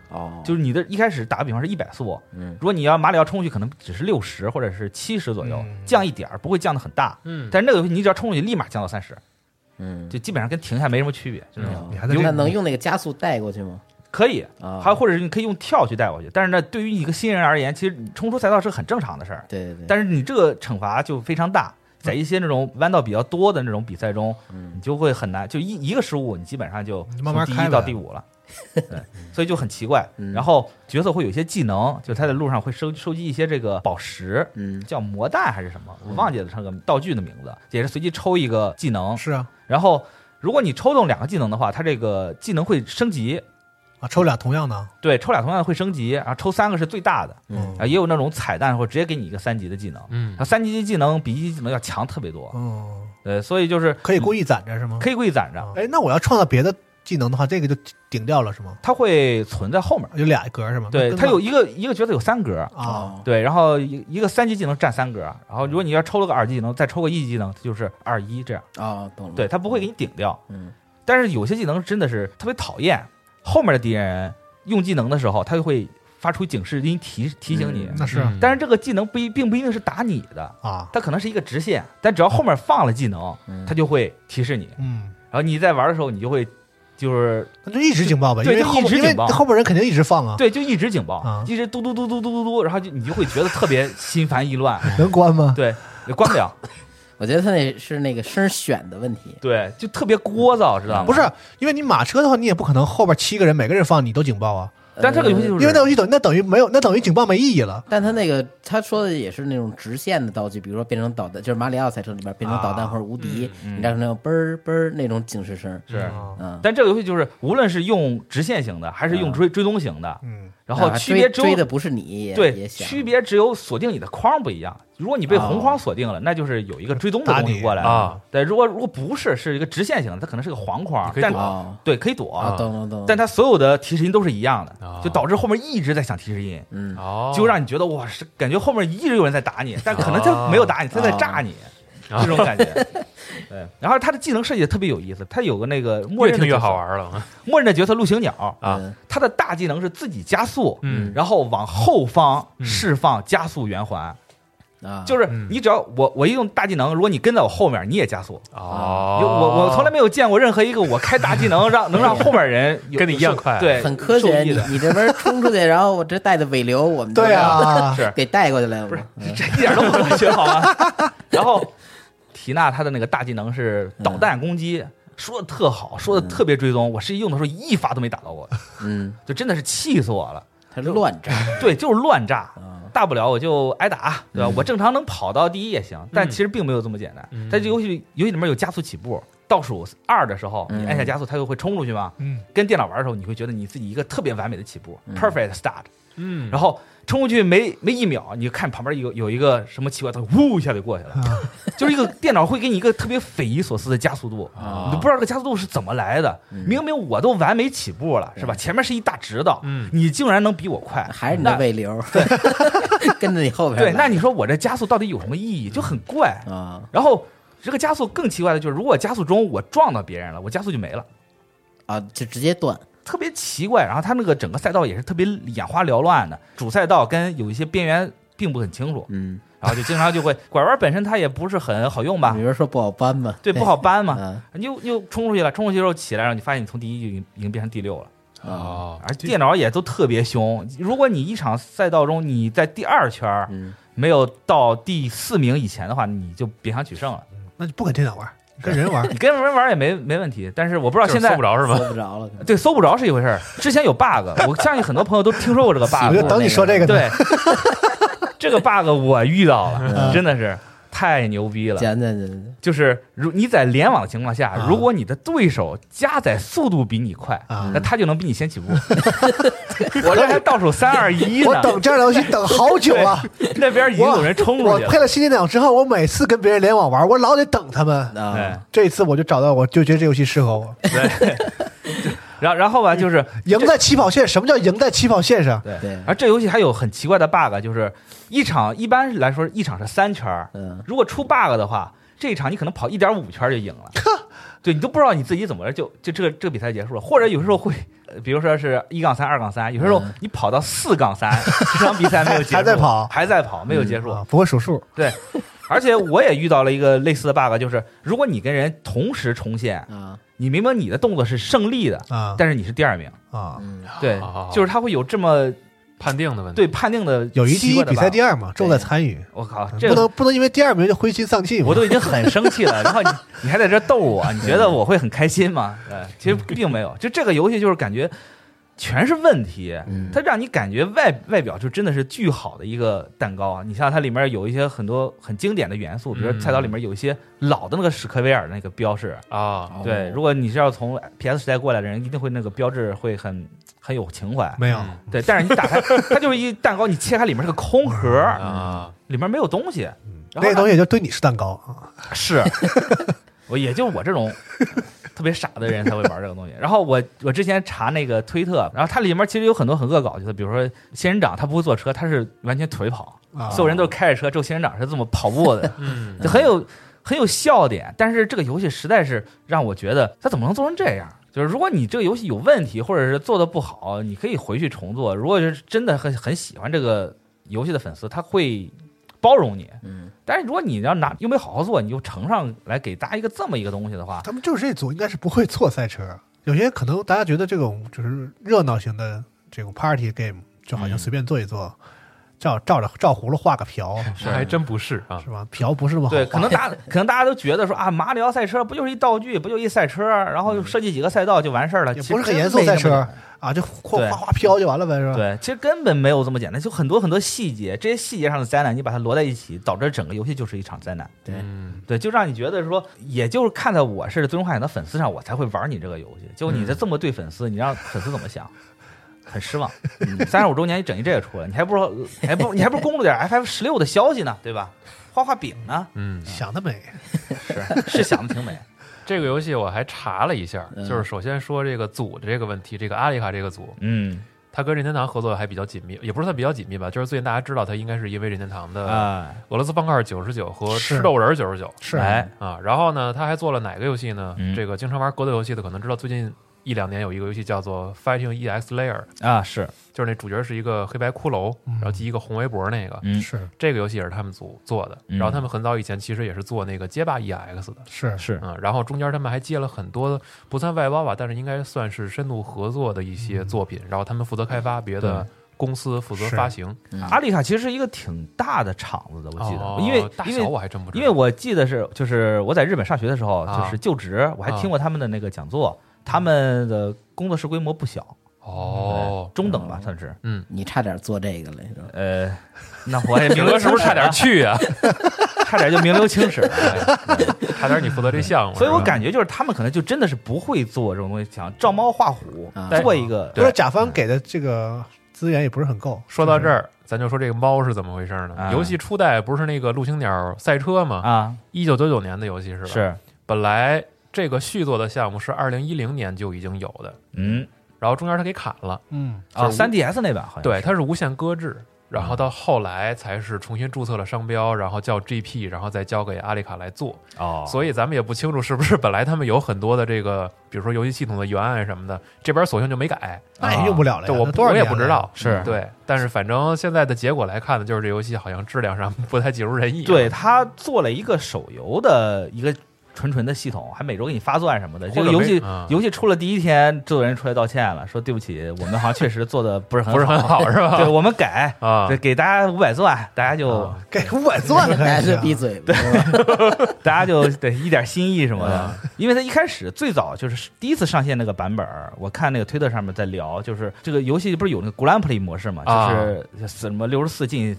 就是你的一开始打个比方是100速，如果你要马里奥冲过去，可能只是60或者是70左右，降一点儿，不会降得很大。但是那个游戏你只要冲过去，立马降到30，就基本上跟停下没什么区别。 那能用那个加速带过去吗？ 可以，还有或者是你可以用跳去带过去。但是呢，对于一个新人而言，其实冲出赛道是很正常的事儿。 对。 但是你这个惩罚就非常大。在一些那种弯道比较多的那种比赛中，你就会很难，就一个失误，你基本上就从第1到第5了，对，所以就很奇怪。然后角色会有一些技能，就他在路上会收集一些这个宝石，叫魔弹还是什么，我忘记了这个道具的名字，也是随机抽一个技能。 是啊， 然后如果你抽中2个技能的话，它这个技能会升级。 抽俩同样的， 对，抽俩同样的会升级，然后抽3个是最大的，也有那种彩蛋或者直接给你一个3级的技能，然后3级技能比1级技能要强特别多，对，所以就是可以故意攒着是吗？ 可以故意攒着。 那我要创造别的技能的话，这个就顶掉了是吗？ 它会存在后面， 有2格是吗？ 对，它有一个角色有3格对，然后一个3级技能占3格，然后如果你要抽了个2级技能，再抽个1级技能，它就是2-1这样懂了。 对，它不会给你顶掉，但是有些技能真的是特别讨厌。后面的敌人用技能的时候，他就会发出警示音提醒你。 那是， 但是这个技能并不一定是打你的它可能是一个直线，但只要后面放了技能，它就会提示你。然后你在玩的时候，你就会那就一直警报呗， 对，就一直警报， 后面人肯定一直放啊。 对，就一直警报，一直嘟嘟嘟嘟嘟嘟嘟，然后你就会觉得特别心烦意乱。 能关吗？ 对，关不了。 我觉得他那是那个声选的问题， 对，就特别聒噪，知道吗？ 不是，因为你马车的话，你也不可能后边7个人每个人放你都警报啊。 但这个游戏就是因为那游戏等于没有，那等于警报没意义了。 但他那个他说的也是那种直线的道具，比如说变成导弹，就是马里奥赛车里边变成导弹或者无敌，你让那种嘣儿嘣儿那种警示声。 是，但这个游戏就是无论是用直线型的还是用追踪型的，然后区别追的不是你， 对，区别只有锁定你的框不一样。如果你被红框锁定了，那就是有一个追踪的东西过来啊。对，如果不是一个直线型的，它可能是个黄框，但对可以躲， 懂。 但它所有的提示音都是一样的，就导致后面一直在响提示音，就让你觉得哇，是感觉后面一直有人在打你，但可能他没有打你，他在炸你，这种感觉。对，然后他的技能设计的特别有意思，他有个那个默认的越好玩了， 默认的角色陆行鸟他的大技能是自己加速，然后往后方释放加速圆环。就是你只要我一用大技能，如果你跟在我后面，你也加速。我从来没有见过任何一个我开大技能能让后面人跟你一样快， 对， 很科学。你这边冲出去，然后我这带的尾流，我们对啊， 是给带过去了。 不是，这一点都不科学好吗？然后缇娜她的那个大技能是导弹攻击，说的特好，说的特别追踪。我实际用的时候一发都没打到过，就真的是气死我了。 它是乱炸， 对，就是乱炸。大不了我就挨打，对吧？我正常能跑到第1也行，但其实并没有这么简单。在这游戏里面有加速起步，倒数2的时候，你按下加速，它就会冲出去嘛。跟电脑玩的时候，你会觉得你自己一个特别完美的起步，perfect start。然后冲过去没1秒，你看旁边有一个什么奇怪，它呜一下就过去了，就是一个电脑会给你一个特别匪夷所思的加速度，你都不知道这个加速度是怎么来的。明明我都完美起步了，是吧？前面是一大直道，你竟然能比我快， 还是你的尾流，对，跟着你后边。 对，那你说我这加速到底有什么意义？就很怪啊。然后这个加速更奇怪的就是，如果加速中我撞到别人了，我加速就没了啊，就直接断。 特别奇怪，然后他那个整个赛道也是特别眼花缭乱的，主赛道跟有一些边缘并不很清楚，然后就经常就会拐弯，本身它也不是很好用吧， 比如说不好搬嘛， 对，不好搬嘛，你又冲出去了，冲出去之后起来，然后你发现你从第1就已经变成第6了，而电脑也都特别凶，如果你一场赛道中你在第2圈没有到第4名以前的话，你就别想取胜了， 那就不跟电脑玩。跟人玩， 你跟人玩也没问题，但是我不知道现在搜不着是吗？ 搜不着了， 对，搜不着是一回事。之前有 bug， 我相信很多朋友都听说过这个 bug。 我就等你说这个。 对，这个 bug 我遇到了，真的是太牛逼了。 讲， 就是你在联网的情况下，如果你的对手加载速度比你快，那他就能比你先起步。我这还倒数3、2、1呢。 我等这样的游戏等好久了， 那边已经有人冲出去了。 我配了新电脑之后，我每次跟别人联网玩，我老得等他们。这一次我就找到，我就觉得这游戏适合我。 对。然后吧，就是赢在起跑线。什么叫赢在起跑线上？ 对。而这游戏还有很奇怪的 bug， 就是一般来说一场是3圈，如果出 bug 的话，这一场你可能跑1.5圈就赢了。 对你都不知道你自己怎么就这个比赛结束了，或者有时候会，比如说是1杠3、2杠3，有时候你跑到4杠3，这场比赛没有结束，还在跑，没有结束， 不会数数。 对，而且我也遇到了一个类似的 bug， 就是如果你跟人同时冲线你明明你的动作是胜利的但是你是第2名对，就是他会有这么。 判定的问题， 对判定的友谊第1比赛第2嘛，重在参与。 我靠，这个不能因为第2名就灰心丧气。 我都已经很生气了，然后你还在这逗我，你觉得我会很开心吗？其实并没有。就这个游戏就是感觉全是问题，它让你感觉外表就真的是巨好的一个蛋糕啊！你像它里面有一些很多很经典的元素，比如说菜单里面有一些老的那个史克威尔的那个标志对，如果你是要从 PS 时代过来的人，一定会那个标志会很有情怀。 没有， 对，但是你打开它就是一蛋糕，你切开里面是个空盒里面没有东西， 那个东西就对你是蛋糕是，也就我这种。特别傻的人才会玩这个东西。然后我之前查那个推特，然后它里面其实有很多很恶搞，就是比如说仙人掌他不会坐车，他是完全腿跑，所有人都开着车，只有仙人掌是这么跑步的，就很有笑点。但是这个游戏实在是让我觉得他怎么能做成这样？就是如果你这个游戏有问题，或者是做的不好，你可以回去重做。如果是真的很喜欢这个游戏的粉丝，他会包容你，但是如果你要又没好好做，你就呈上来给大家一个这么一个东西的话， 他们就是这组应该是不会做赛车。有些可能大家觉得这种就是热闹型的这种 party game， 就好像随便做一做，照葫芦画个瓢， 这还真不是啊， 是吧？瓢不是那么好。 对，可能大家都觉得说啊，马里奥赛车不就是一道具，不就一赛车，然后设计几个赛道就完事儿了， 也不是很严肃赛车。啊，就画飘就完了呗，是吧？ 对，其实根本没有这么简单，就很多很多细节，这些细节上的灾难，你把它摞在一起，导致整个游戏就是一场灾难。对，就让你觉得说，也就是看在我是最终幻想的粉丝上，我才会玩你这个游戏。结果你这么对粉丝，你让粉丝怎么想？很失望。35周年你整一这个出来，你还不公布点 FF16 的消息呢，对吧？画饼呢？ 想得美， 是想得挺美。 这个游戏我还查了一下，就是首先说这个组的这个问题，这个阿丽卡这个组，他跟任天堂合作还比较紧密，也不是他比较紧密吧，就是最近大家知道他应该是因为任天堂的俄罗斯方块99和吃豆人99 是然后呢，他还做了哪个游戏呢？这个经常玩格斗游戏的可能知道，最近1-2年有一个游戏叫做 Fighting EX Layer 是， 就是那主角是一个黑白骷髅，然后系一个红围脖那个， 是这个游戏也是他们组做的。然后他们很早以前其实也是做那个街霸 EX 的， 是然后中间他们还接了很多不算外包吧，但是应该算是深度合作的一些作品，然后他们负责开发，别的公司负责发行。 阿丽卡其实是一个挺大的厂子的，我记得，因为大小我还真不知道， 因为我记得就是我在日本上学的时候，就是就职，我还听过他们的那个讲座。他们的工作室规模不小中等吧，算是。 你差点做这个了，是吧？ 那我也明哥是不是差点去啊？ 差点就名留青史了， 差点你负责这项目。 所以我感觉就是他们可能就真的是不会做这种东西，想照猫画虎做一个。 不是甲方给的这个资源也不是很够。 说到这儿，咱就说这个猫是怎么回事呢？游戏初代不是那个陆行鸟赛车吗？1999年的游戏是吧？ 是， 本来。这个续作的项目是2010年就已经有的，然后中间他给砍了 ，3DS 那版好像对，它是无限搁置，然后到后来才是重新注册了商标，然后叫 GP， 然后再交给阿丽卡来做。所以咱们也不清楚是不是本来他们有很多的这个，比如说游戏系统的原案什么的，这边索性就没改， 那也用不了了呀。 我也不知道， 是对，但是反正现在的结果来看呢，就是这游戏好像质量上不太尽如人意。 对，他做了一个手游的一个。纯的系统，还每周给你发钻什么的。这个游戏出了第一天，制作人出来道歉了，说对不起，我们好像确实做的不是很好，是吧？ 对，我们改对，给大家500钻，大家就给500钻了， 大家就闭嘴， 对，大家就对一点心意什么的。因为他一开始最早就是第一次上线那个版本，我看那个推特上面在聊，就是这个游戏不是有那个 Grand Prix 模式嘛，就是什么64进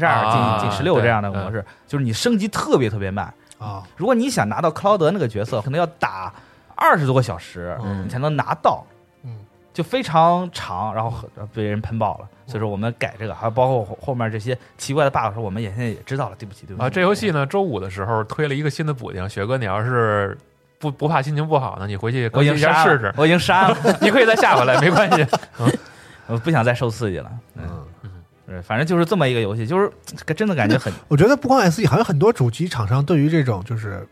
32进16这样的模式，就是你升级特别慢。如果你想拿到克劳德那个角色，可能要打20多个小时，你才能拿到，就非常长，然后被人喷爆了。所以说我们改这个，还有包括后面这些奇怪的 bug， 说我们现在也知道了，对不起。 这游戏呢，周5的时候推了一个新的补丁，雪哥，你要是不怕心情不好呢，你回去更新一下试试。 我已经删了， 你可以再下回来，没关系。 我不想再受刺激了。反正就是这么一个游戏，就是真的感觉很。 我觉得不光 SE， 好像很多主机厂商对于这种就是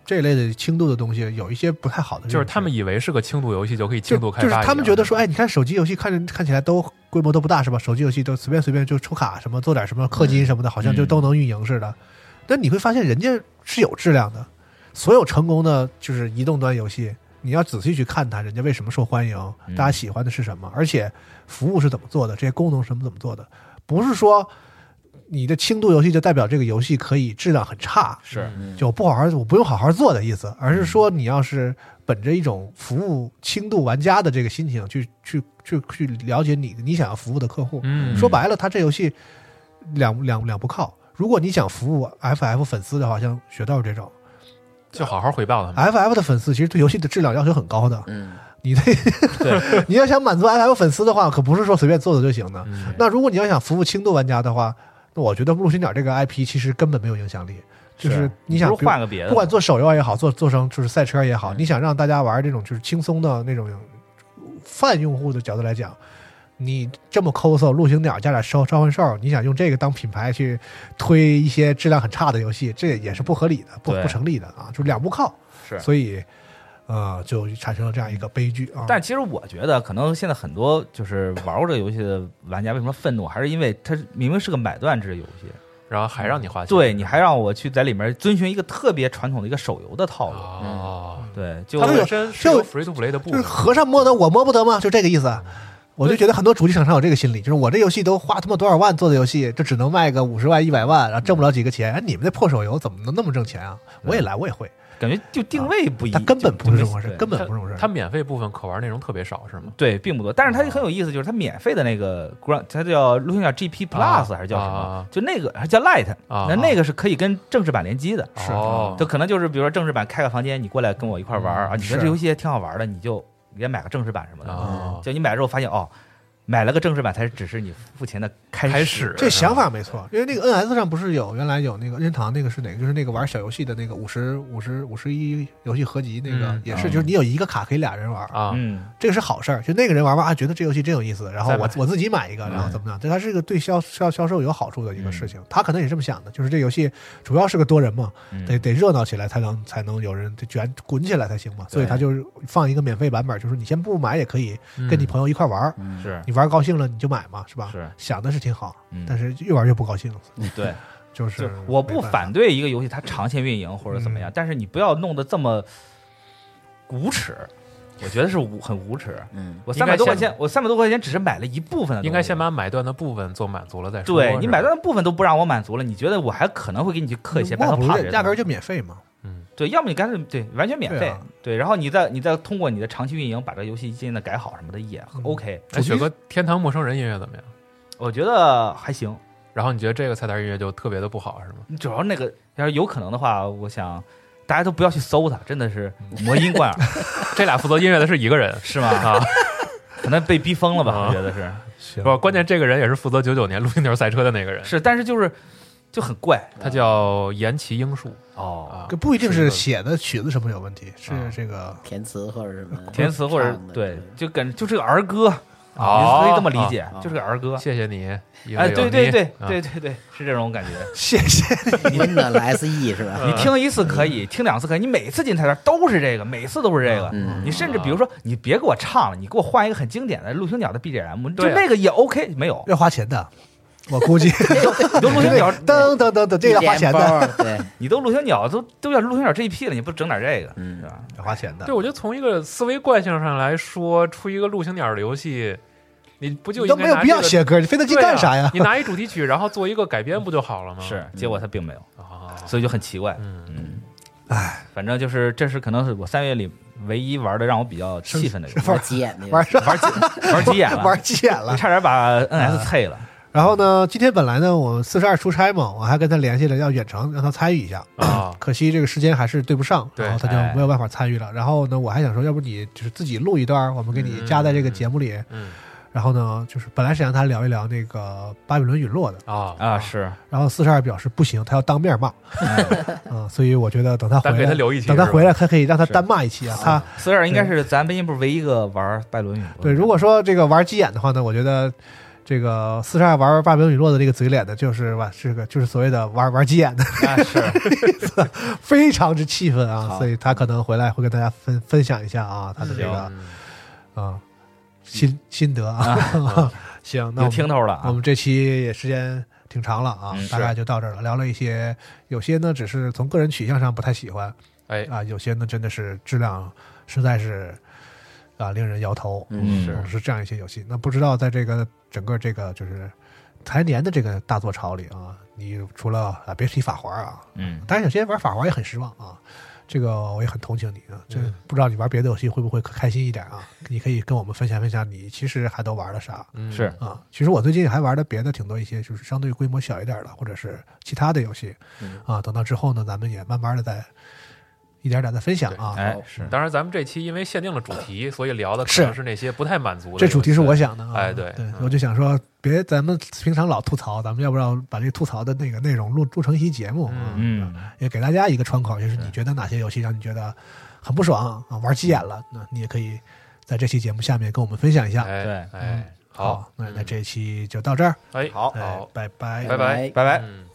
这一类的轻度的东西有一些不太好的， 就是他们以为是个轻度游戏就可以轻度开发， 就是他们觉得说，哎，你看手机游戏看起来都规模都不大是吧？手机游戏都随便就抽卡什么做点什么氪金什么的，好像就都能运营似的。但你会发现人家是有质量的，所有成功的就是移动端游戏，你要仔细去看它，人家为什么受欢迎，大家喜欢的是什么，而且服务是怎么做的，这些功能是怎么做的，不是说你的轻度游戏就代表这个游戏可以质量很差， 是就我不用好好做的意思，而是说你要是本着一种服务轻度玩家的这个心情去了解你想要服务的客户。说白了，他这游戏两不靠。如果你想服务 FF 粉丝的话，像雪豆这种， 就好好回报他们。 FF 的粉丝其实对游戏的质量要求很高的。你你要想满足 FF 粉丝的话，可不是说随便做的就行的。那如果你要想服务轻度玩家的话，那我觉得陆行鸟这个 IP 其实根本没有影响力。就是你想换个别的， 不管做手游也好，做成就是赛车也好，你想让大家玩这种就是轻松的那种泛用户的角度来讲，你这么抠搜陆行鸟加点召唤兽，你想用这个当品牌去推一些质量很差的游戏，这也是不合理的，不成立的啊，就两不靠。 是， 所以就产生了这样一个悲剧啊。 但其实我觉得，可能现在很多就是玩过这个游戏的玩家为什么愤怒，还是因为它明明是个买断制游戏， 然后还让你花钱， 对，你还让我去在里面遵循一个特别传统的一个手游的套路。对， 它本身是有 free to play 的部分， 就是和尚摸得我摸不得吗？就这个意思。我就觉得很多主机厂商有这个心理，就是我这游戏都花他妈多少万做的游戏，这只能卖个50万100万，然后挣不了几个钱。哎，你们这破手游怎么能那么挣钱啊？我也来，我也会。 感觉就定位不一， 它根本不是这么回事，根本不是这么回事。 它免费部分可玩内容特别少，是吗？ 对，并不多。但是它很有意思，就是它免费的那个 Grant， 它叫陆行鸟 GP Plus 还是叫什么？就那个还叫 Lite， 那个是可以跟正式版联机的。 是， 就可能就是比如说正式版开个房间，你过来跟我一块玩啊，你觉得这游戏也挺好玩的，你就也买个正式版什么的。就你买之后发现买了个正式版才只是你付钱的开始。 这想法没错，因为那个 NS 上不是原来有那个任天堂那个是哪个？就是那个玩小游戏的那个51游戏合集，那个也是，就是你有一个卡可以俩人玩啊。这个是好事儿，就那个人玩觉得这游戏真有意思，然后我自己买一个，然后怎么样？这它是个对销售有好处的一个事情。他可能也这么想的，就是这游戏主要是个多人嘛，得热闹起来才能有人卷滚起来才行嘛，所以他就放一个免费版本，就是你先不买也可以跟你朋友一块玩， 是你玩高兴了你就买嘛，是吧？ 是想的是挺好，但是越玩越不高兴。 对， 就是我不反对一个游戏它长线运营或者怎么样，但是你不要弄得这么无耻。我觉得是很无耻。我300多块钱只是买了一部分的东西， 应该先把买断的部分做满足了再说。 对，你买断的部分都不让我满足了，你觉得我还可能会给你去氪一些不是压根就免费嘛？ 对，要么你干脆对完全免费，对，然后你再通过你的长期运营把这个游戏渐渐的改好什么的也 OK。 雪哥，天堂陌生人音乐怎么样？ 我觉得还行。 然后你觉得这个菜单音乐就特别的不好是吗？ 主要那个要是有可能的话，我想大家都不要去搜它，真的是魔音贯耳。 这俩负责音乐的是一个人是吗？啊，可能被逼疯了吧？我觉得是。 不，关键这个人也是负责99年陆行鸟赛车的那个人。 是，但是就很怪， 他叫岩崎英树。 这不一定是写的曲子什么有问题，是这个填词或者什么填词或者对，就是个儿歌。你可以这么理解，就是个儿歌。 谢谢你， 哎，对，是这种感觉。 谢谢你，温暖的 SE 是吧？ 你听一次可以，听2次可以，你每次进菜单都是这个，每次都是这个。你甚至比如说，你别给我唱了，你给我换一个很经典的陆行鸟的 BGM， 就那个也 OK， 没有要花钱的。我估计你都陆行鸟噔，这个要花钱的。 对， 你都陆行鸟都要陆行鸟这一批了，你不整点这个，是吧？ 要花钱的。 对，我觉得从一个思维惯性上来说，出一个陆行鸟的游戏，你不就应该都没有必要写歌，你费那劲干啥呀？ 你拿一主题曲，然后做一个改编不就好了吗？ 是，结果他并没有，所以就很奇怪。哎，反正就是这是可能是我3月里唯一玩的让我比较气愤的游戏， 玩急眼那个， 玩急眼了， 玩急眼了， 差点把 NS 脆了。 然后呢，今天本来呢我42出差嘛，我还跟他联系了要远程让他参与一下啊，可惜这个时间还是对不上，然后他就没有办法参与了。然后呢，我还想说，要不你就是自己录一段，我们给你加在这个节目里。然后呢，就是本来是让他聊一聊那个巴比伦陨落的是， 然后42表示不行，他要当面骂所以我觉得等他回来，等他回来还可以让他单骂一期啊。他 42应该是咱北京不是唯一一个玩巴比伦陨落。 对，如果说这个玩急眼的话呢，我觉得这个42玩霸本陨落的这个嘴脸的，就是就是所谓的玩急眼的， 是非常之气愤啊！所以他可能回来会跟大家分享一下啊，他的这个心得啊。行，那有听头了。 我们这期也时间挺长了啊，大概就到这儿了。聊了一些，有些呢只是从个人取向上不太喜欢，有些呢真的是质量实在是令人摇头。是这样一些游戏。那不知道在这个整个这个就是财年的这个大作潮里啊，你除了别提法环啊，当然有些人玩法环也很失望啊。这个我也很同情你啊，这不知道你玩别的游戏会不会开心一点啊？你可以跟我们分享分享，你其实还都玩了啥？ 是啊，其实我最近还玩的别的挺多一些，就是相对规模小一点的，或者是其他的游戏啊。等到之后呢，咱们也慢慢的再一点点的分享啊。 是。当然，咱们这期因为限定了主题，所以聊的可能是那些不太满足的。 这主题是我想的啊。 对， 我就想说，别咱们平常老吐槽，咱们要不要把这个吐槽的那个内容录成一期节目？也给大家一个窗口，就是你觉得哪些游戏让你觉得很不爽啊，玩急眼了，那你也可以在这期节目下面跟我们分享一下。 好， 那这一期就到这儿。 好， 拜拜， 拜拜， 拜拜。